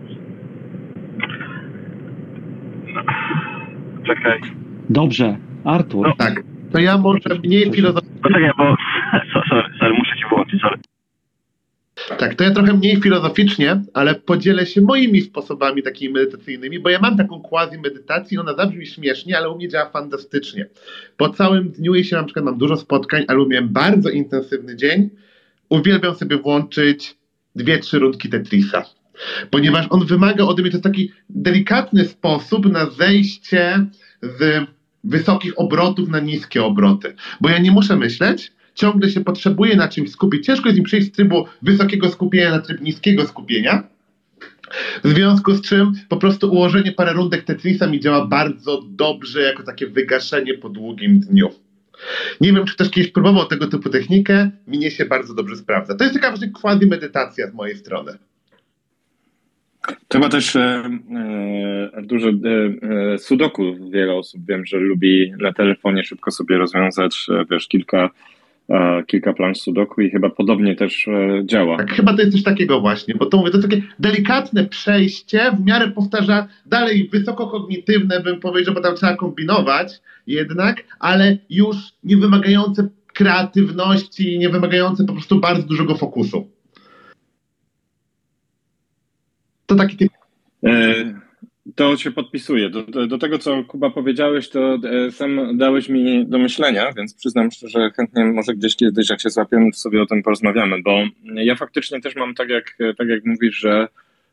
Czekaj. Dobrze, Artur. No, tak, to ja może mniej filozoficznie. Poczekaj, bo sorry, muszę ci wyłączyć, sorry. Tak, to ja trochę mniej filozoficznie, ale podzielę się moimi sposobami takimi medytacyjnymi, bo ja mam taką quasi-medytację, ona zabrzmi śmiesznie, ale u mnie działa fantastycznie. Po całym dniu, jeśli na przykład mam dużo spotkań, albo miałem bardzo intensywny dzień, uwielbiam sobie włączyć 2-3 rundki Tetrisa. Ponieważ on wymaga ode mnie, to jest taki delikatny sposób na zejście z wysokich obrotów na niskie obroty. Bo ja nie muszę myśleć, ciągle się potrzebuję na czymś skupić. Ciężko jest mi przejść z trybu wysokiego skupienia na tryb niskiego skupienia. W związku z czym po prostu ułożenie parę rundek Tetrisa mi działa bardzo dobrze jako takie wygaszenie po długim dniu. Nie wiem, czy ktoś kiedyś próbował tego typu technikę. Mnie się bardzo dobrze sprawdza. To jest taka właśnie quasi-medytacja z mojej strony. To chyba też dużo sudoku wiele osób wiem, że lubi na telefonie szybko sobie rozwiązać, wiesz, kilka plansz sudoku i chyba podobnie też działa. Tak, chyba to jest coś takiego właśnie, bo to mówię, to jest takie delikatne przejście, w miarę powtarza, dalej wysokokognitywne bym powiedział, bo tam trzeba kombinować jednak, ale już nie wymagające kreatywności, nie wymagające po prostu bardzo dużego fokusu. To taki typ. To się podpisuje. Do tego, co Kuba powiedziałeś, to sam dałeś mi do myślenia, więc przyznam szczerze, że chętnie może gdzieś kiedyś, jak się złapiemy, to sobie o tym porozmawiamy, bo ja faktycznie też mam tak jak mówisz, że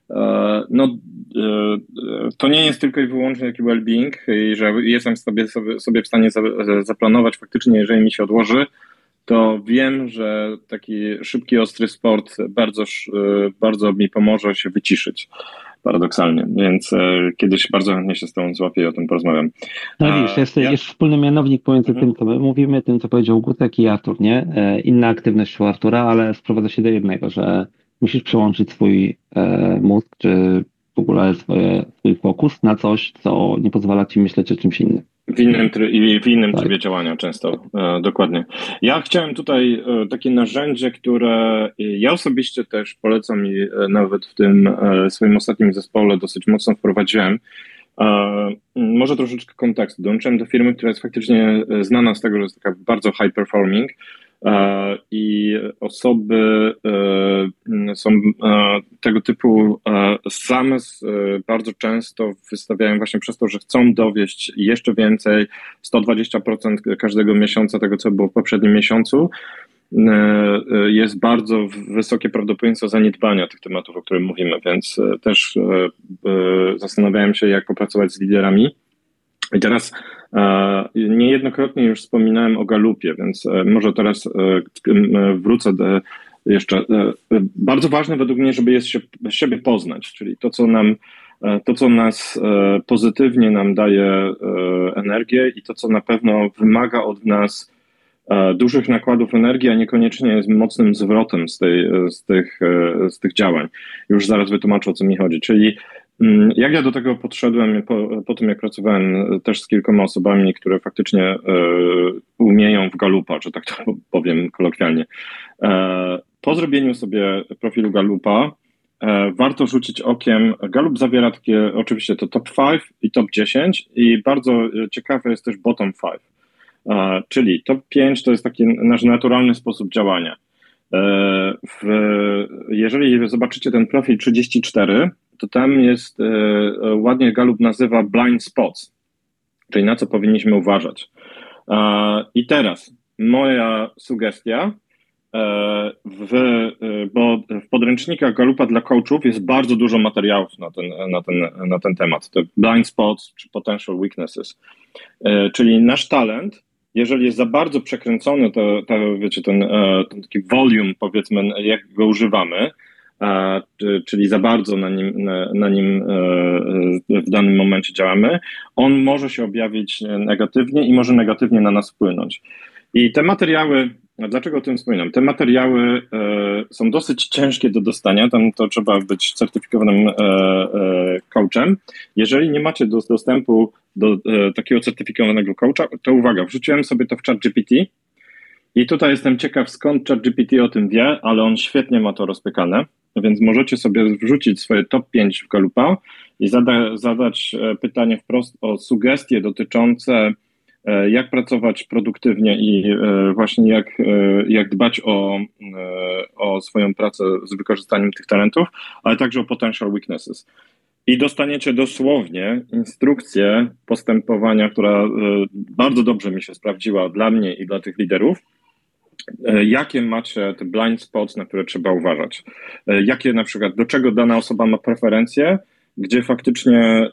to nie jest tylko i wyłącznie taki well-being i że jestem sobie w stanie zaplanować faktycznie, jeżeli mi się odłoży, to wiem, że taki szybki, ostry sport bardzo mi pomoże się wyciszyć. Paradoksalnie, więc kiedyś bardzo chętnie się z tobą złapię i o tym porozmawiam. No widzisz, jest wspólny mianownik pomiędzy tym, co my mówimy, tym, co powiedział Gutek i Artur, nie? Inna aktywność u Artura, ale sprowadza się do jednego, że musisz przełączyć swój mózg, czy w ogóle swój fokus na coś, co nie pozwala ci myśleć o czymś innym. W innym trybie działania często, dokładnie. Ja chciałem tutaj takie narzędzie, które ja osobiście też polecam i nawet w tym swoim ostatnim zespole dosyć mocno wprowadziłem. Może troszeczkę kontekstu. Dołączyłem do firmy, która jest faktycznie znana z tego, że jest taka bardzo high performing i osoby są tego typu same bardzo często wystawiają właśnie przez to, że chcą dowieść jeszcze więcej, 120% każdego miesiąca tego, co było w poprzednim miesiącu. Jest bardzo wysokie prawdopodobieństwo zaniedbania tych tematów, o których mówimy, więc też zastanawiałem się, jak popracować z liderami. I teraz Niejednokrotnie już wspominałem o Galupie, więc może teraz wrócę do jeszcze. Bardzo ważne według mnie, żeby siebie poznać, czyli to, co nas pozytywnie nam daje energię i to, co na pewno wymaga od nas dużych nakładów energii, a niekoniecznie jest mocnym zwrotem z tych działań. Już zaraz wytłumaczę, o co mi chodzi. Czyli jak ja do tego podszedłem po tym, jak pracowałem też z kilkoma osobami, które faktycznie umieją w Galupa, że tak to powiem kolokwialnie. Po zrobieniu sobie profilu Galupa warto rzucić okiem. Galup zawiera takie, oczywiście to top 5 i top 10 i bardzo ciekawy jest też bottom 5. Czyli top 5 to jest taki nasz naturalny sposób działania. Jeżeli zobaczycie ten profil 34, to tam jest, ładnie Galup nazywa blind spots, czyli na co powinniśmy uważać. I teraz moja sugestia, bo w podręcznikach Galupa dla coachów jest bardzo dużo materiałów na ten temat. Te blind spots czy potential weaknesses. Czyli nasz talent, jeżeli jest za bardzo przekręcony, wiecie, ten taki volume, powiedzmy, jak go używamy, czyli za bardzo na nim w danym momencie działamy, on może się objawić negatywnie i może negatywnie na nas wpłynąć. I te materiały, dlaczego o tym wspominam? Te materiały są dosyć ciężkie do dostania, tam to trzeba być certyfikowanym coachem. Jeżeli nie macie dostępu do takiego certyfikowanego coacha, to uwaga, wrzuciłem sobie to w ChatGPT i tutaj jestem ciekaw, skąd ChatGPT o tym wie, ale on świetnie ma to rozpykane, więc możecie sobie wrzucić swoje top 5 w Galupa i zadać pytanie wprost o sugestie dotyczące jak pracować produktywnie i właśnie jak dbać o swoją pracę z wykorzystaniem tych talentów, ale także o potential weaknesses. I dostaniecie dosłownie instrukcję postępowania, która bardzo dobrze mi się sprawdziła dla mnie i dla tych liderów. Jakie macie te blind spots, na które trzeba uważać? Jakie na przykład, do czego dana osoba ma preferencje, gdzie faktycznie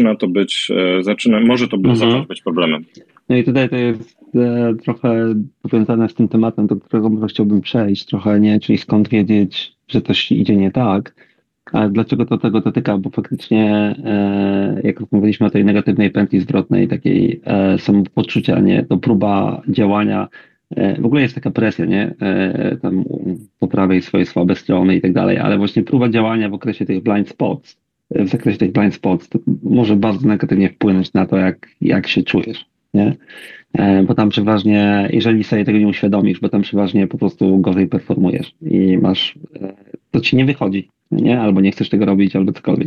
może to zacząć być problemem. No i tutaj to jest trochę powiązane z tym tematem, do którego może chciałbym przejść trochę, nie? Czyli skąd wiedzieć, że coś idzie nie tak. Ale dlaczego to tego dotyka? Bo faktycznie, jak mówiliśmy o tej negatywnej pętli zwrotnej, takiej samopoczucia, nie? To próba działania. W ogóle jest taka presja, nie? Tam poprawiaj swoje słabe strony i tak dalej, ale właśnie próba działania w okresie tych blind spots, w zakresie tych blind spots, to może bardzo negatywnie wpłynąć na to, jak się czujesz, nie? Bo tam przeważnie, jeżeli sobie tego nie uświadomisz, bo tam przeważnie po prostu gorzej performujesz i to ci nie wychodzi, nie? Albo nie chcesz tego robić, albo cokolwiek.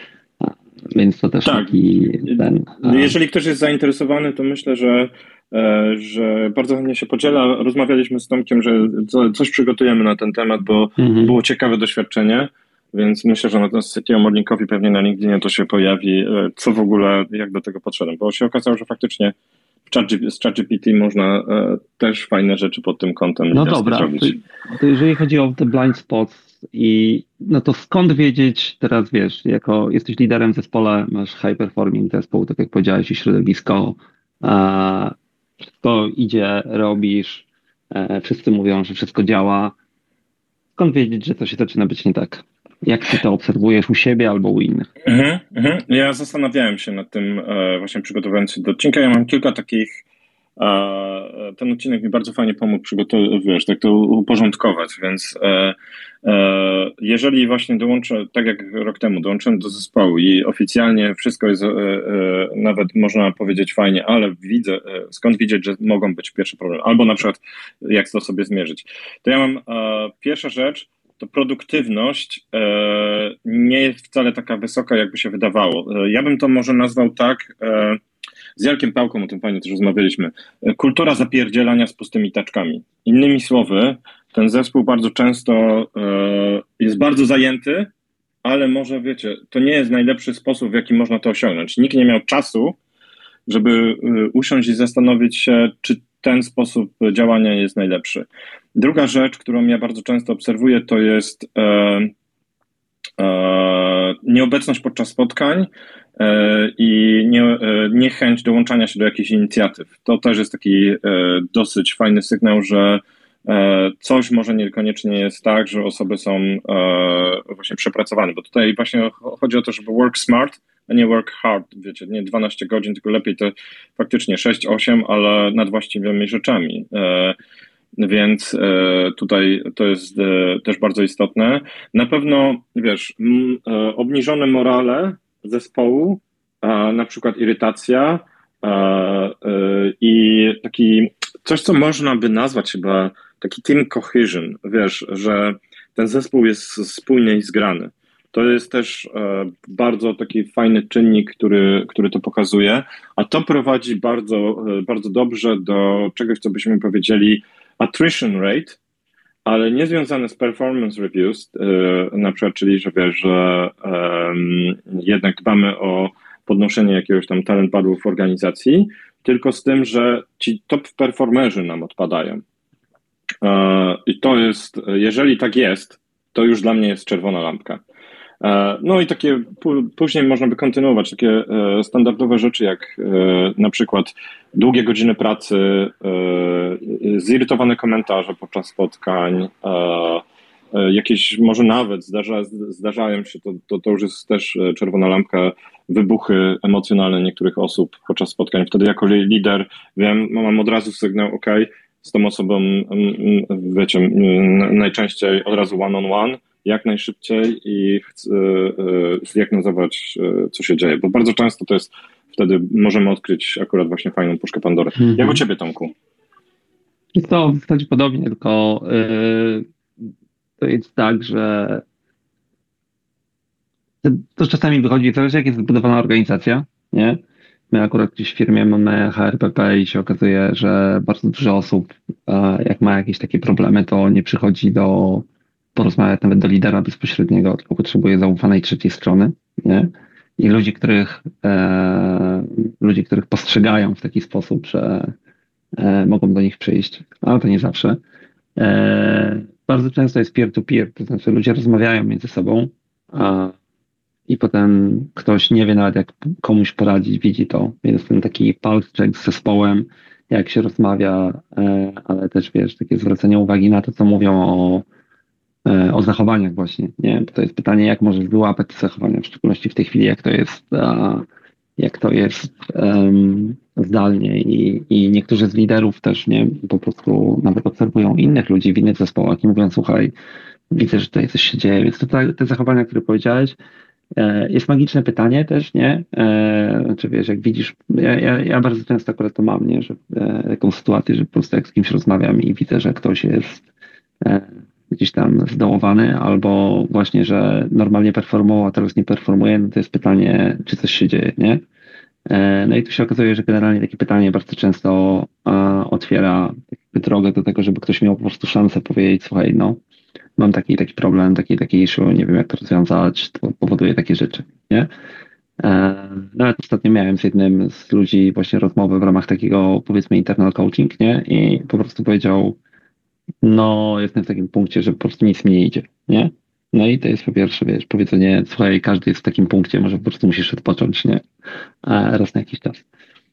Więc to też tak. Jeżeli ktoś jest zainteresowany, to myślę, że bardzo chętnie się podziela. Rozmawialiśmy z Tomkiem, że coś przygotujemy na ten temat, bo było ciekawe doświadczenie, więc myślę, że na ten CTO Morning Coffee pewnie na LinkedInie to się pojawi, co w ogóle, jak do tego podszedłem, bo się okazało, że faktycznie z ChatGPT można też fajne rzeczy pod tym kątem zrobić. To jeżeli chodzi o te blind spots no to skąd wiedzieć, teraz wiesz, jako jesteś liderem w zespole, masz high performing zespół, tak jak powiedziałeś, i środowisko, wszystko idzie, robisz, wszyscy mówią, że wszystko działa. Skąd wiedzieć, że to się zaczyna być nie tak? Jak ty to obserwujesz u siebie albo u innych? Ja zastanawiałem się nad tym, właśnie przygotowując się do odcinka. Ja mam kilka takich, ten odcinek mi bardzo fajnie pomógł tak to uporządkować, więc jeżeli właśnie dołączę, tak jak rok temu, dołączyłem do zespołu i oficjalnie wszystko jest nawet można powiedzieć fajnie, ale widzę, skąd widzieć, że mogą być pierwsze problemy, albo na przykład jak to sobie zmierzyć. To ja mam pierwsza rzecz, to produktywność nie jest wcale taka wysoka, jakby się wydawało. Ja bym to może nazwał tak, z Jarkiem Pałką o tym fajnie też rozmawialiśmy, kultura zapierdzielania z pustymi taczkami. Innymi słowy, ten zespół bardzo często jest bardzo zajęty, ale może, wiecie, to nie jest najlepszy sposób, w jaki można to osiągnąć. Nikt nie miał czasu, żeby usiąść i zastanowić się, czy ten sposób działania jest najlepszy. Druga rzecz, którą ja bardzo często obserwuję, to jest nieobecność podczas spotkań i niechęć dołączania się do jakichś inicjatyw. To też jest taki dosyć fajny sygnał, że coś może niekoniecznie jest tak, że osoby są właśnie przepracowane, bo tutaj właśnie chodzi o to, żeby work smart, a nie work hard, wiecie, nie 12 godzin, tylko lepiej to faktycznie 6-8, ale nad właściwymi rzeczami. Więc tutaj to jest też bardzo istotne. Na pewno, wiesz, obniżone morale zespołu, na przykład irytacja i taki coś, co można by nazwać chyba taki team cohesion, wiesz, że ten zespół jest spójny i zgrany. To jest też bardzo taki fajny czynnik, który to pokazuje, a to prowadzi bardzo, bardzo dobrze do czegoś, co byśmy powiedzieli attrition rate, ale nie związane z performance reviews, na przykład, czyli że wiesz, że jednak dbamy o podnoszenie jakiegoś tam talent poolu w organizacji, tylko z tym, że ci top performerzy nam odpadają. I to jest, jeżeli tak jest, to już dla mnie jest czerwona lampka. No i takie później można by kontynuować takie standardowe rzeczy, jak na przykład długie godziny pracy, zirytowane komentarze podczas spotkań, jakieś może nawet zdarzają się, to już jest też czerwona lampka, wybuchy emocjonalne niektórych osób podczas spotkań. Wtedy jako lider wiem, mam od razu sygnał, ok, z tą osobą, wiecie, najczęściej od razu one-on-one, jak najszybciej i chcę zdiagnozować, co się dzieje, bo bardzo często to jest, wtedy możemy odkryć akurat właśnie fajną puszkę Pandory. Jak u ciebie, Tomku? Jest to w zasadzie podobnie, tylko to jest tak, że to czasami wychodzi, zależy jak jest zbudowana organizacja, nie? My akurat gdzieś w firmie mamy HRPP i się okazuje, że bardzo dużo osób, jak ma jakieś takie problemy, to nie przychodzi porozmawiać nawet do lidera bezpośredniego, tylko potrzebuje zaufanej trzeciej strony, nie? I ludzi, których postrzegają w taki sposób, że mogą do nich przyjść, ale to nie zawsze. Bardzo często jest peer-to-peer, to znaczy ludzie rozmawiają między sobą, i potem ktoś nie wie nawet jak komuś poradzić, widzi to. Jest ten taki pulse check z zespołem, jak się rozmawia, ale też wiesz, takie zwracanie uwagi na to, co mówią o zachowaniach właśnie, nie? Bo to jest pytanie, jak możesz wyłapać te zachowania, w szczególności w tej chwili, jak to jest zdalnie i niektórzy z liderów też, nie? Po prostu nawet obserwują innych ludzi w innych zespołach i mówią, słuchaj, widzę, że tutaj coś się dzieje, więc te zachowania, które powiedziałeś, jest magiczne pytanie też, nie? Znaczy wiesz, jak widzisz, ja bardzo często akurat to mam, nie? Że taką sytuację, że po prostu jak z kimś rozmawiam i widzę, że ktoś jest gdzieś tam zdołowany, albo właśnie, że normalnie performował, a teraz nie performuje, no to jest pytanie, czy coś się dzieje, nie? No i tu się okazuje, że generalnie takie pytanie bardzo często otwiera drogę do tego, żeby ktoś miał po prostu szansę powiedzieć, słuchaj, no mam taki problem, taki issue, nie wiem jak to rozwiązać, to powoduje takie rzeczy, nie? Nawet ostatnio miałem z jednym z ludzi właśnie rozmowę w ramach takiego, powiedzmy, internal coaching, nie? I po prostu powiedział, no jestem w takim punkcie, że po prostu nic mi nie idzie, nie? No i to jest po pierwsze, wiesz, powiedzenie, słuchaj, każdy jest w takim punkcie, może po prostu musisz odpocząć, nie? Raz na jakiś czas.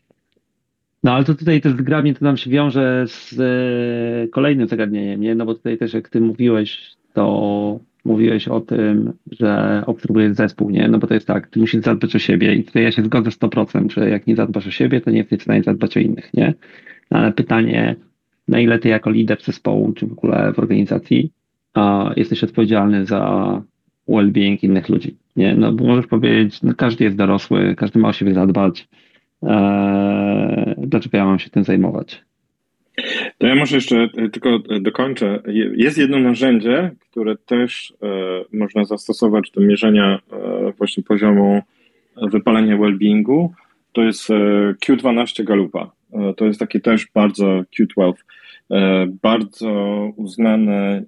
No ale to tutaj też zgrabnie to nam się wiąże z kolejnym zagadnieniem, nie? No bo tutaj też jak ty mówiłeś, to mówiłeś o tym, że obserwujesz zespół, nie? No bo to jest tak, ty musisz zadbać o siebie i tutaj ja się zgodzę 100%, że jak nie zadbasz o siebie, to nie jesteś w stanie zadbać o innych, nie? Ale pytanie, na ile ty jako lider zespołu, czy w ogóle w organizacji jesteś odpowiedzialny za well-being innych ludzi, nie? No bo możesz powiedzieć, no każdy jest dorosły, każdy ma o siebie zadbać, dlaczego ja mam się tym zajmować? To ja może jeszcze tylko dokończę. Jest jedno narzędzie, które też można zastosować do mierzenia właśnie poziomu wypalenia well-beingu. To jest Q12 Gallupa. To jest takie też bardzo Q12, bardzo uznane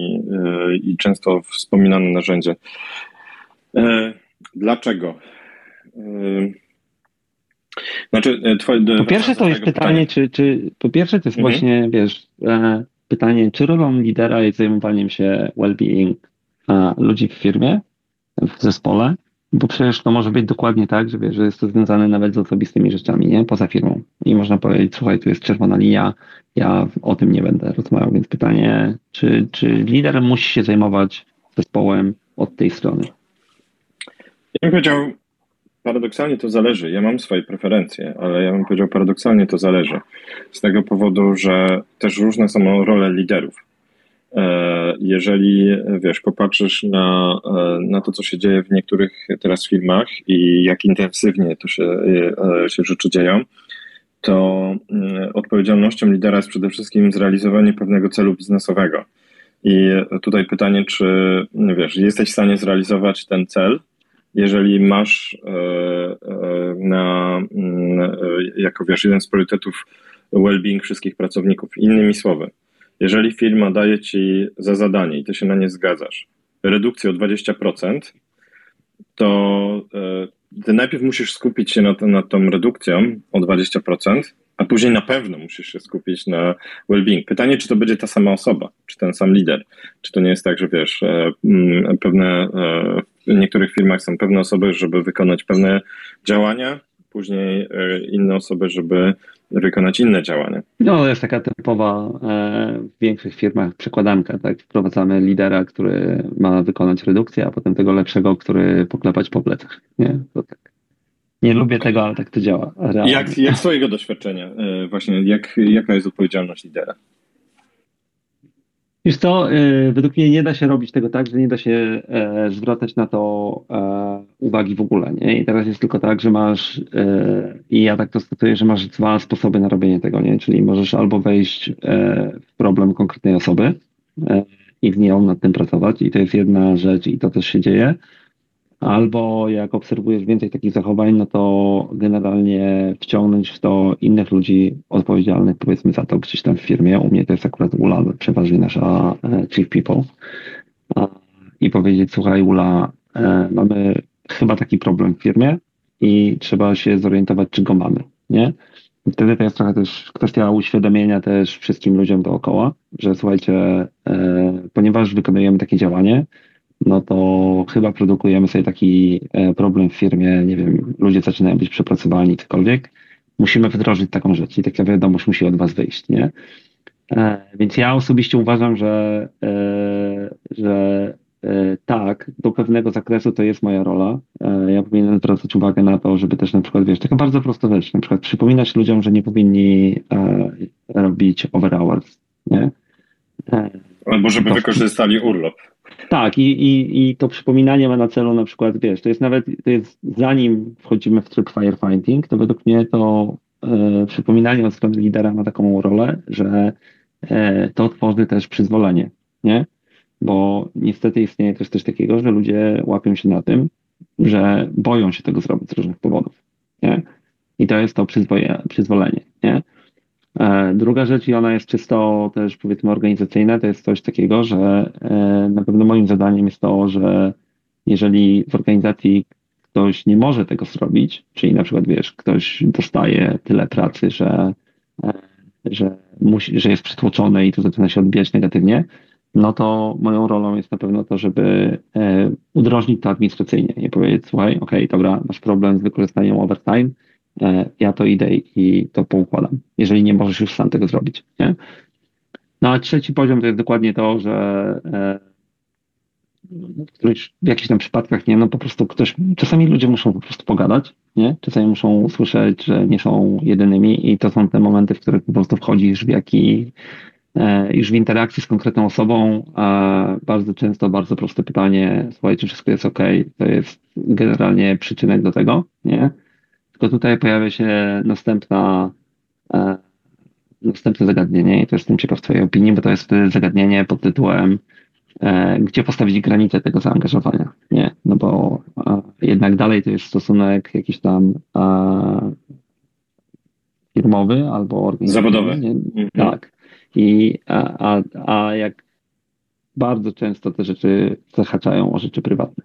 i często wspominane narzędzie. Dlaczego? Znaczy, po pierwsze to jest pytanie, czy po pierwsze to jest właśnie, wiesz, pytanie, czy rolą lidera jest zajmowaniem się well-being ludzi w firmie, w zespole, bo przecież to może być dokładnie tak, że wiesz, że jest to związane nawet z osobistymi rzeczami, nie? Poza firmą. I można powiedzieć, słuchaj, tu jest czerwona linia, ja o tym nie będę rozmawiał, więc pytanie, czy lider musi się zajmować zespołem od tej strony? Ja bym powiedział, paradoksalnie to zależy. Ja mam swoje preferencje, ale ja bym powiedział, paradoksalnie to zależy. Z tego powodu, że też różne są role liderów. Jeżeli, wiesz, popatrzysz na to, co się dzieje w niektórych teraz firmach i jak intensywnie to się rzeczy dzieją, to odpowiedzialnością lidera jest przede wszystkim zrealizowanie pewnego celu biznesowego. I tutaj pytanie, czy, wiesz, jesteś w stanie zrealizować ten cel, jeżeli masz jako, wiesz, jeden z priorytetów well-being wszystkich pracowników. Innymi słowy, jeżeli firma daje ci za zadanie i ty się na nie zgadzasz, redukcję o 20%, to ty najpierw musisz skupić się nad tą redukcją o 20%, a później na pewno musisz się skupić na well-being. Pytanie, czy to będzie ta sama osoba, czy ten sam lider. Czy to nie jest tak, że wiesz, w niektórych firmach są pewne osoby, żeby wykonać pewne działania, później inne osoby, żeby wykonać inne działania. No, to jest taka typowa w większych firmach przekładanka, tak? Wprowadzamy lidera, który ma wykonać redukcję, a potem tego lepszego, który poklepać po plecach, nie? To tak. Nie lubię tego, ale tak to działa. Realnie. Jak z twojego doświadczenia właśnie, jaka jest odpowiedzialność lidera? Wiesz co, według mnie nie da się robić tego tak, że nie da się zwracać na to uwagi w ogóle, nie? I teraz jest tylko tak, że masz, i ja tak to stosuję, że masz dwa sposoby na robienie tego, nie? Czyli możesz albo wejść w problem konkretnej osoby i z nią nad tym pracować i to jest jedna rzecz i to też się dzieje, albo jak obserwujesz więcej takich zachowań, no to generalnie wciągnąć w to innych ludzi odpowiedzialnych, powiedzmy, za to gdzieś tam w firmie. U mnie to jest akurat Ula, przeważnie nasza chief people. I powiedzieć, słuchaj Ula, mamy chyba taki problem w firmie i trzeba się zorientować, czy go mamy, nie? I wtedy to jest trochę też kwestia uświadomienia też wszystkim ludziom dookoła, że słuchajcie, ponieważ wykonujemy takie działanie, no to chyba produkujemy sobie taki problem w firmie, nie wiem, ludzie zaczynają być przepracowani, cokolwiek. Musimy wdrożyć taką rzecz i taka wiadomość musi od was wyjść, nie? Więc ja osobiście uważam, że tak, do pewnego zakresu to jest moja rola. Ja powinienem zwracać uwagę na to, żeby też na przykład, wiesz, taka bardzo prosta rzecz, na przykład przypominać ludziom, że nie powinni robić overhours, nie? Albo żeby wykorzystali urlop. Tak, i to przypominanie ma na celu na przykład, wiesz, to jest zanim wchodzimy w tryb firefighting, to według mnie to przypominanie od strony lidera ma taką rolę, że to tworzy też przyzwolenie, nie? Bo niestety istnieje też coś takiego, że ludzie łapią się na tym, że boją się tego zrobić z różnych powodów, nie? I to jest to przyzwolenie, nie? Druga rzecz, i ona jest czysto też powiedzmy organizacyjna, to jest coś takiego, że na pewno moim zadaniem jest to, że jeżeli w organizacji ktoś nie może tego zrobić, czyli na przykład wiesz, ktoś dostaje tyle pracy, że jest przytłoczony i to zaczyna się odbijać negatywnie, no to moją rolą jest na pewno to, żeby udrożnić to administracyjnie i powiedzieć, słuchaj, okej, dobra, masz problem z wykorzystaniem overtime, ja to idę i to poukładam, jeżeli nie możesz już sam tego zrobić, nie? No a trzeci poziom to jest dokładnie to, że w jakichś tam przypadkach, nie, no po prostu czasami ludzie muszą po prostu pogadać, nie? Czasami muszą usłyszeć, że nie są jedynymi i to są te momenty, w których po prostu wchodzisz już w interakcji z konkretną osobą, a bardzo często bardzo proste pytanie, słuchaj, czy wszystko jest ok, to jest generalnie przyczynek do tego, nie? Tylko tutaj pojawia się następne zagadnienie i to jestem ciekaw twojej opinii, bo to jest zagadnienie pod tytułem gdzie postawić granicę tego zaangażowania, nie? No bo jednak dalej to jest stosunek jakiś tam firmowy albo organizacyjny. Zawodowy. Nie? Mhm. Tak. A jak bardzo często te rzeczy zahaczają o rzeczy prywatne.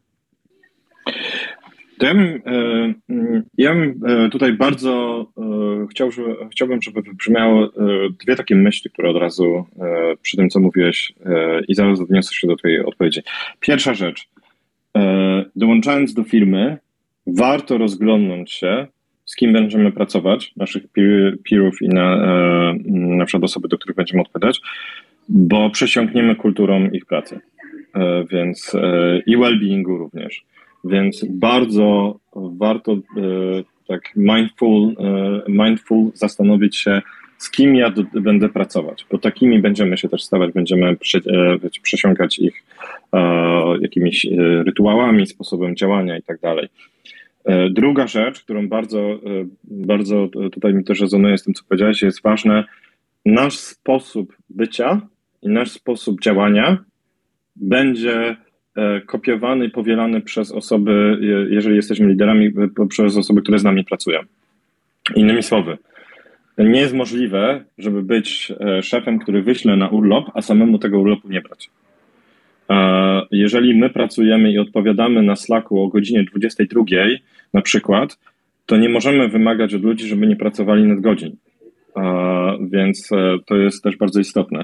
To ja bym tutaj bardzo chciałbym, żeby wybrzmiały dwie takie myśli, które od razu przy tym, co mówiłeś i zaraz odniosę się do twojej odpowiedzi. Pierwsza rzecz. dołączając do firmy, warto rozglądnąć się, z kim będziemy pracować, naszych peerów i na przykład osoby, do których będziemy odpowiadać, bo przesiąkniemy kulturą ich pracy, więc i well-beingu również. Więc bardzo warto tak mindful zastanowić się, z kim ja będę pracować, bo takimi będziemy się też stawać, będziemy przesiąkać ich jakimiś rytuałami, sposobem działania i tak dalej. Druga rzecz, którą bardzo tutaj mi też rezonuje z tym, co powiedziałeś, jest ważne, nasz sposób bycia i nasz sposób działania będzie kopiowany i powielany przez osoby, jeżeli jesteśmy liderami, przez osoby, które z nami pracują. Innymi słowy, nie jest możliwe, żeby być szefem, który wyśle na urlop, a samemu tego urlopu nie brać. Jeżeli my pracujemy i odpowiadamy na Slacku o godzinie 22 na przykład, to nie możemy wymagać od ludzi, żeby nie pracowali nadgodzin. Więc to jest też bardzo istotne,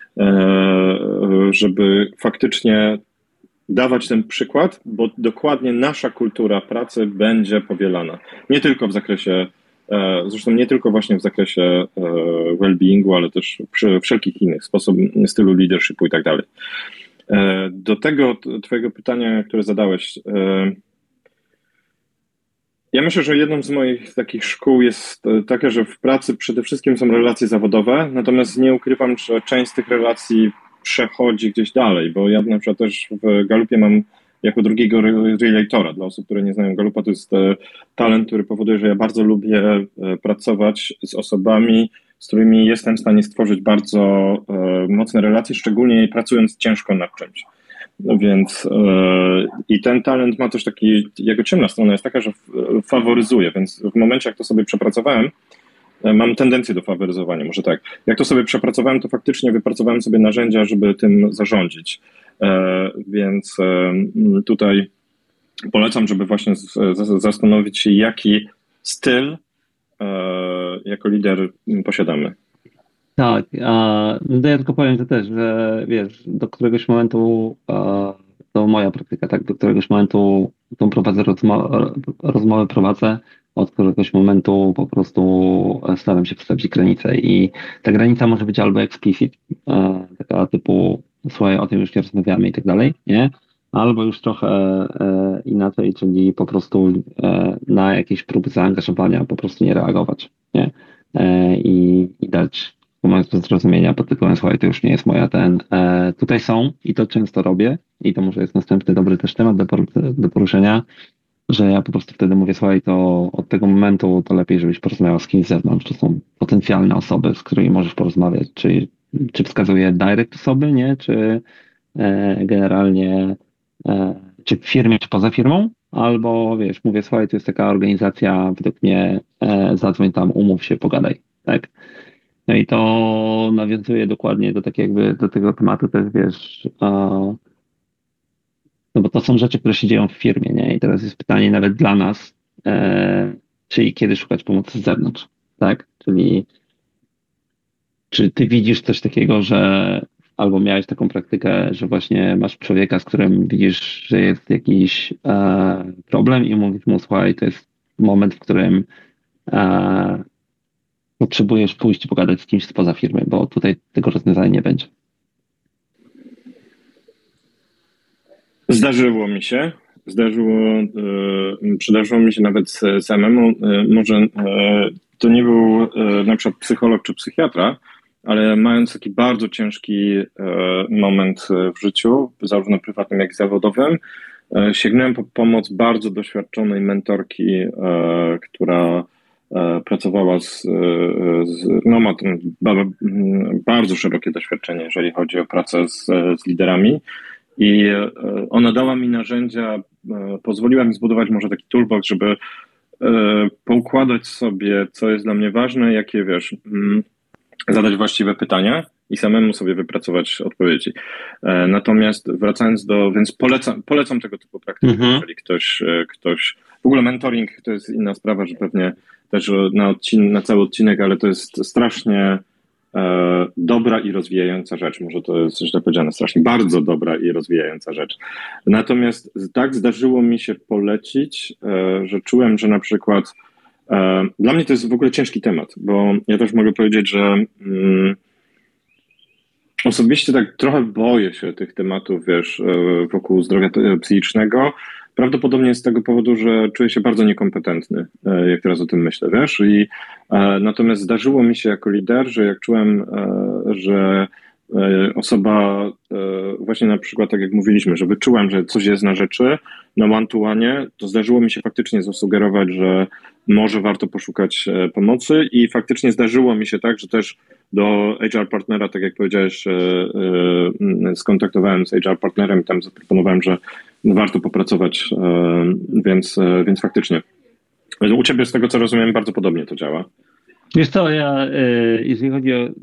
żeby faktycznie dawać ten przykład, bo dokładnie nasza kultura pracy będzie powielana. Nie tylko w zakresie, zresztą nie tylko właśnie w zakresie well-beingu, ale też przy wszelkich innych stylu leadershipu i tak dalej. Do tego twojego pytania, które zadałeś, ja myślę, że jedną z moich takich szkół jest taka, że w pracy przede wszystkim są relacje zawodowe, natomiast nie ukrywam, że część z tych relacji przechodzi gdzieś dalej, bo ja na przykład też w Galupie mam jako drugiego relatora. Dla osób, które nie znają Galupa, to jest talent, który powoduje, że ja bardzo lubię pracować z osobami, z którymi jestem w stanie stworzyć bardzo mocne relacje, szczególnie pracując ciężko nad czymś. No więc i ten talent ma też taki, jego ciemna strona jest taka, że faworyzuje, więc w momencie, jak to sobie przepracowałem, mam tendencję do faworyzowania, może tak. Jak to sobie przepracowałem, to faktycznie wypracowałem sobie narzędzia, żeby tym zarządzić. Więc tutaj polecam, żeby właśnie zastanowić się, jaki styl jako lider posiadamy. Tak, no ja tylko powiem to też, że wiesz, do któregoś momentu, to moja praktyka, tak, do któregoś momentu tą rozmowę prowadzę, od któregoś momentu po prostu staram się postawić granicę i ta granica może być albo explicit, taka typu, słuchaj, o tym już nie rozmawiamy i tak dalej, nie? Albo już trochę inaczej, czyli po prostu na jakieś próby zaangażowania po prostu nie reagować, nie? I dać moment do zrozumienia pod tytułem, słuchaj, to już nie jest tutaj są i to często robię i to może jest następny dobry też temat do poruszenia, że ja po prostu wtedy mówię, słuchaj, to od tego momentu to lepiej, żebyś porozmawiał z kimś z zewnątrz, to są potencjalne osoby, z którymi możesz porozmawiać, czy wskazuje direct osoby, nie, czy generalnie, czy w firmie, czy poza firmą, albo wiesz, mówię, słuchaj, to jest taka organizacja, według mnie zadzwoń tam, umów się, pogadaj, tak? No i to nawiązuje dokładnie do tego tematu też, wiesz, no bo to są rzeczy, które się dzieją w firmie, nie? I teraz jest pytanie nawet dla nas, czyli kiedy szukać pomocy z zewnątrz, tak? Czyli czy ty widzisz coś takiego, że albo miałeś taką praktykę, że właśnie masz człowieka, z którym widzisz, że jest jakiś problem i mówisz mu, słuchaj, to jest moment, w którym potrzebujesz pójść i pogadać z kimś spoza firmy, bo tutaj tego rozwiązania nie będzie. Zdarzyło mi się. Przydarzyło mi się nawet samemu. Może to nie był na przykład psycholog czy psychiatra, ale mając taki bardzo ciężki moment w życiu, zarówno prywatnym, jak i zawodowym, sięgnąłem po pomoc bardzo doświadczonej mentorki, która pracowała no ma tam bardzo szerokie doświadczenie, jeżeli chodzi o pracę z liderami. I ona dała mi narzędzia, pozwoliła mi zbudować może taki toolbox, żeby poukładać sobie, co jest dla mnie ważne, jakie, wiesz, zadać właściwe pytania i samemu sobie wypracować odpowiedzi. Natomiast wracając więc polecam tego typu praktyki, jeżeli ktoś, w ogóle mentoring to jest inna sprawa, że pewnie też na cały odcinek, ale to jest strasznie dobra i rozwijająca rzecz. Może to jest źle powiedziane, strasznie bardzo dobra i rozwijająca rzecz. Natomiast tak zdarzyło mi się polecić, że czułem, że na przykład dla mnie to jest w ogóle ciężki temat, bo ja też mogę powiedzieć, że osobiście tak trochę boję się tych tematów, wiesz, wokół zdrowia psychicznego. Prawdopodobnie z tego powodu, że czuję się bardzo niekompetentny, jak teraz o tym myślę, wiesz. Natomiast zdarzyło mi się jako lider, że jak czułem, że osoba, właśnie na przykład tak jak mówiliśmy, że wyczułem, że coś jest na rzeczy, na one-to-one, to zdarzyło mi się faktycznie zasugerować, że może warto poszukać pomocy i faktycznie zdarzyło mi się tak, że też do HR partnera, tak jak powiedziałeś, skontaktowałem z HR partnerem i tam zaproponowałem, że warto popracować, więc faktycznie. U ciebie z tego co rozumiem bardzo podobnie to działa. Wiesz co, jeżeli chodzi o,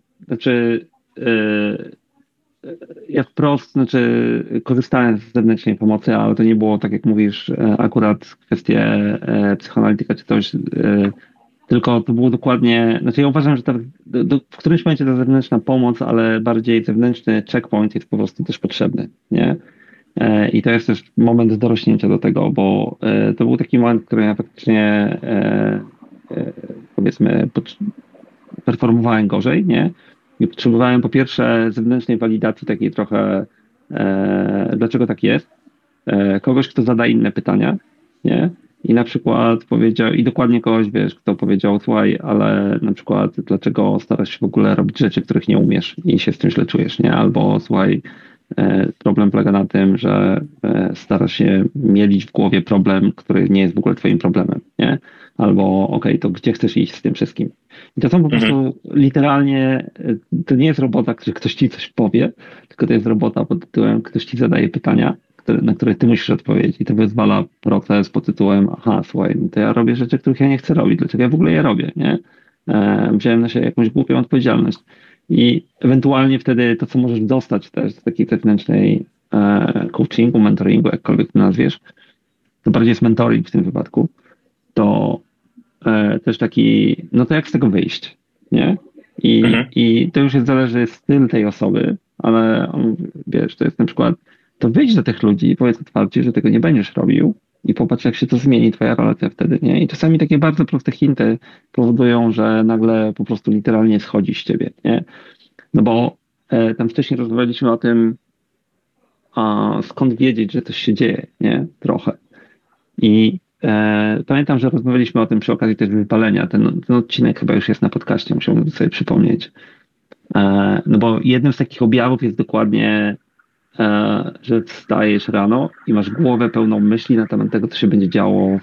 ja wprost, korzystałem z zewnętrznej pomocy, ale to nie było, tak jak mówisz, akurat kwestie psychoanalityka czy coś, tylko to było dokładnie, ja uważam, że w którymś momencie ta zewnętrzna pomoc, ale bardziej zewnętrzny checkpoint jest po prostu też potrzebny, nie? I to jest też moment dorośnięcia do tego, bo to był taki moment, w którym ja faktycznie powiedzmy performowałem gorzej, nie? I potrzebowałem po pierwsze zewnętrznej walidacji takiej trochę dlaczego tak jest, kogoś, kto zada inne pytania, nie? I na przykład powiedział, i dokładnie kogoś, wiesz, kto powiedział, słuchaj, ale na przykład dlaczego starasz się w ogóle robić rzeczy, których nie umiesz i się z tym źle czujesz, nie? Albo słuchaj, problem polega na tym, że starasz się mielić w głowie problem, który nie jest w ogóle twoim problemem, nie? Albo okej, to gdzie chcesz iść z tym wszystkim? I to są po prostu literalnie, to nie jest robota, gdzie ktoś ci coś powie, tylko to jest robota pod tytułem, ktoś ci zadaje pytania, na które ty musisz odpowiedzieć. I to wyzwala proces pod tytułem, aha, słuchaj, no to ja robię rzeczy, których ja nie chcę robić, dlaczego ja w ogóle je robię, nie? Wziąłem na siebie jakąś głupią odpowiedzialność. I ewentualnie wtedy to, co możesz dostać też z takiej zewnętrznej coachingu, mentoringu, jakkolwiek to nazwiesz, to bardziej jest mentoring w tym wypadku, to też taki, no to jak z tego wyjść, nie? I to już jest zależy styl tej osoby, ale wiesz, to jest na przykład, to wyjdź do tych ludzi i powiedz otwarcie, że tego nie będziesz robił i popatrz, jak się to zmieni, twoja relacja wtedy, nie? I czasami takie bardzo proste hinty powodują, że nagle po prostu literalnie schodzi z ciebie, nie? No bo tam wcześniej rozmawialiśmy o tym, skąd wiedzieć, że coś się dzieje, nie? Trochę. I pamiętam, że rozmawialiśmy o tym przy okazji też wypalenia. Ten odcinek chyba już jest na podcaście, musiałbym sobie przypomnieć. No bo jednym z takich objawów jest dokładnie, że wstajesz rano i masz głowę pełną myśli na temat tego, co się będzie działo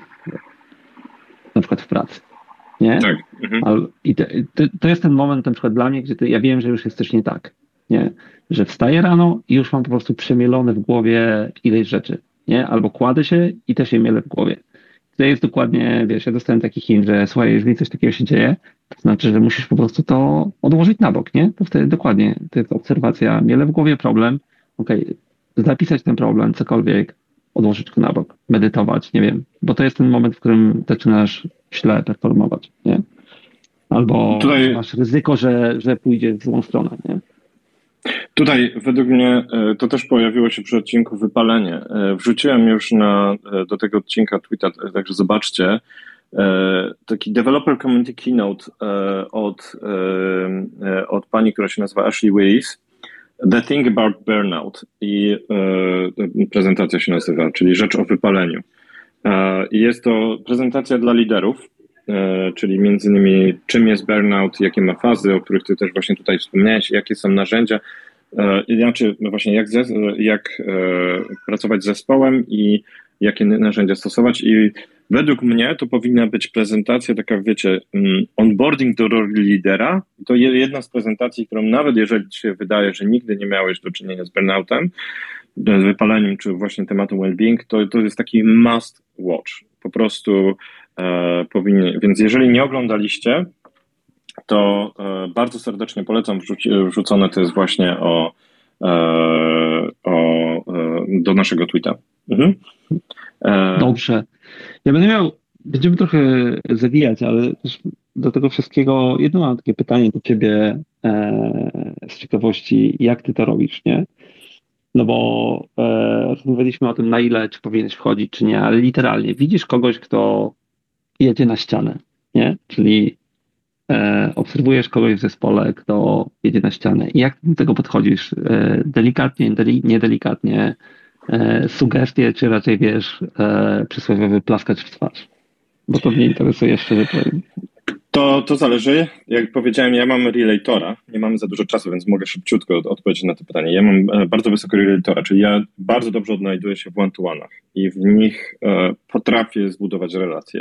na przykład w pracy. Nie? Tak. I to jest ten moment na przykład dla mnie, gdzie ja wiem, że już jest coś nie tak. Nie? Że wstaję rano i już mam po prostu przemielone w głowie ileś rzeczy. Nie? Albo kładę się i też je mielę w głowie. To jest dokładnie, wiesz, ja dostałem taki hint, że słuchaj, jeżeli coś takiego się dzieje, to znaczy, że musisz po prostu to odłożyć na bok, nie? To wtedy dokładnie, to jest obserwacja, miele w głowie problem, zapisać ten problem, cokolwiek, odłożyć go na bok, medytować, nie wiem, bo to jest ten moment, w którym zaczynasz źle performować, nie? Albo tutaj masz ryzyko, że pójdzie w złą stronę, nie? Tutaj według mnie to też pojawiło się przy odcinku Wypalenie. Wrzuciłem już do tego odcinka tweeta, także zobaczcie, taki Developer Community Keynote od pani, która się nazywa Ashley Willis, The Thing About Burnout i prezentacja się nazywa, czyli Rzecz o wypaleniu. I jest to prezentacja dla liderów, czyli między innymi czym jest burnout, jakie ma fazy, o których ty też właśnie tutaj wspomniałeś, jakie są narzędzia, inaczej właśnie jak pracować z zespołem i jakie narzędzia stosować. I według mnie to powinna być prezentacja taka, wiecie, onboarding do roli lidera. To jedna z prezentacji, którą nawet jeżeli ci się wydaje, że nigdy nie miałeś do czynienia z burnoutem, z wypaleniem, czy właśnie tematem well-being, to jest taki must watch. Po prostu powinien. Więc jeżeli nie oglądaliście, to bardzo serdecznie polecam. Wrzucone to jest właśnie do naszego tweeta. Dobrze. Ja będziemy trochę zawijać, ale też do tego wszystkiego jedno mam takie pytanie do ciebie. z ciekawości, jak ty to robisz, nie? No bo rozmawialiśmy o tym, na ile czy powinieneś wchodzić, czy nie, ale literalnie widzisz kogoś, kto jedzie na ścianę, nie? Czyli obserwujesz kogoś w zespole, kto jedzie na ścianę. I jak do tego podchodzisz? Delikatnie, niedelikatnie, sugestie, czy raczej wiesz, przysłowiowy plaskacz w twarz? Bo to mnie interesuje, szczerze powiem. To zależy. Jak powiedziałem, ja mam relatora. Nie mamy za dużo czasu, więc mogę szybciutko odpowiedzieć na to pytanie. Ja mam bardzo wysoko relatora, czyli ja bardzo dobrze odnajduję się w one-to-one'ach i w nich potrafię zbudować relacje.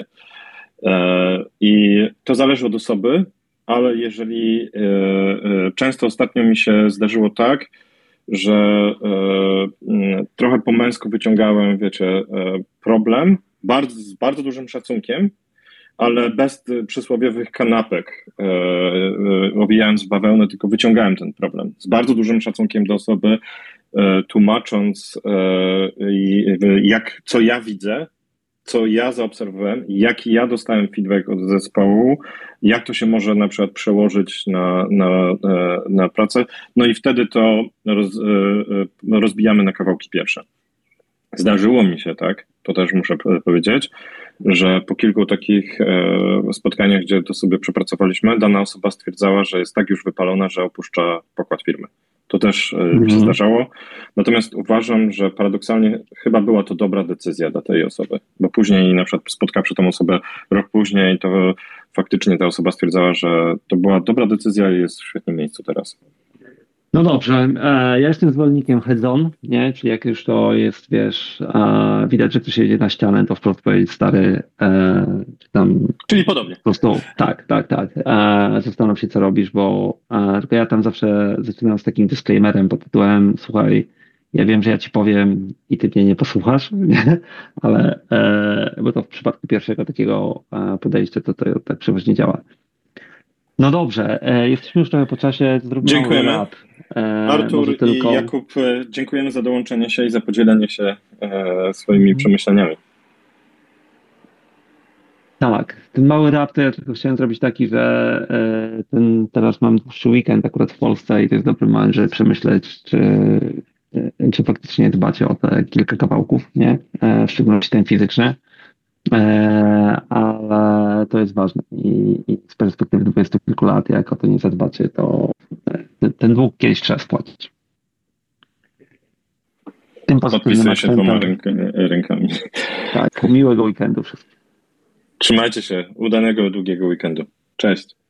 I to zależy od osoby, ale jeżeli często ostatnio mi się zdarzyło tak, że trochę po męsku wyciągałem, wiecie, problem z bardzo dużym szacunkiem, ale bez przysłowiowych kanapek, owijając w bawełnę, tylko wyciągałem ten problem. Z bardzo dużym szacunkiem do osoby, tłumacząc, co ja widzę, co ja zaobserwowałem, jaki ja dostałem feedback od zespołu, jak to się może na przykład przełożyć na pracę. No i wtedy to rozbijamy na kawałki pierwsze. Zdarzyło mi się, tak, to też muszę powiedzieć, że po kilku takich spotkaniach, gdzie to sobie przepracowaliśmy, dana osoba stwierdzała, że jest tak już wypalona, że opuszcza pokład firmy. To też mi się zdarzało. Natomiast uważam, że paradoksalnie chyba była to dobra decyzja dla tej osoby, bo później na przykład spotkawszy tą osobę rok później, to faktycznie ta osoba stwierdzała, że to była dobra decyzja i jest w świetnym miejscu teraz. No dobrze, ja jestem zwolennikiem head-on, nie? Czyli jak już to jest, wiesz, widać, że ktoś jedzie na ścianę, to wprost powiedzieć stary, czy tam... Czyli podobnie. Po prostu, tak. Zastanów się, co robisz, bo tylko ja tam zawsze zaczynam z takim disclaimerem pod tytułem, słuchaj, ja wiem, że ja ci powiem i ty mnie nie posłuchasz, nie? Ale, bo to w przypadku pierwszego takiego podejścia to tak przeważnie działa. No dobrze, jesteśmy już trochę po czasie, zróbmy Dziękujemy. rap. Artur i Jakub, dziękujemy za dołączenie się i za podzielenie się swoimi przemyśleniami. Tak, ten mały rap to ja tylko chciałem zrobić taki, że teraz mam dłuższy weekend akurat w Polsce i to jest dobry moment, żeby przemyśleć, czy faktycznie dbacie o te kilka kawałków, nie? W szczególności ten fizyczny. Ale to jest ważne i z perspektywy 20 kilku lat, jak o to nie zadbacie, to ten dług kiedyś trzeba spłacić. Tym Podpisuję się dwoma rękami. Tak, miłego weekendu wszystkim. Trzymajcie się, udanego, długiego weekendu. Cześć.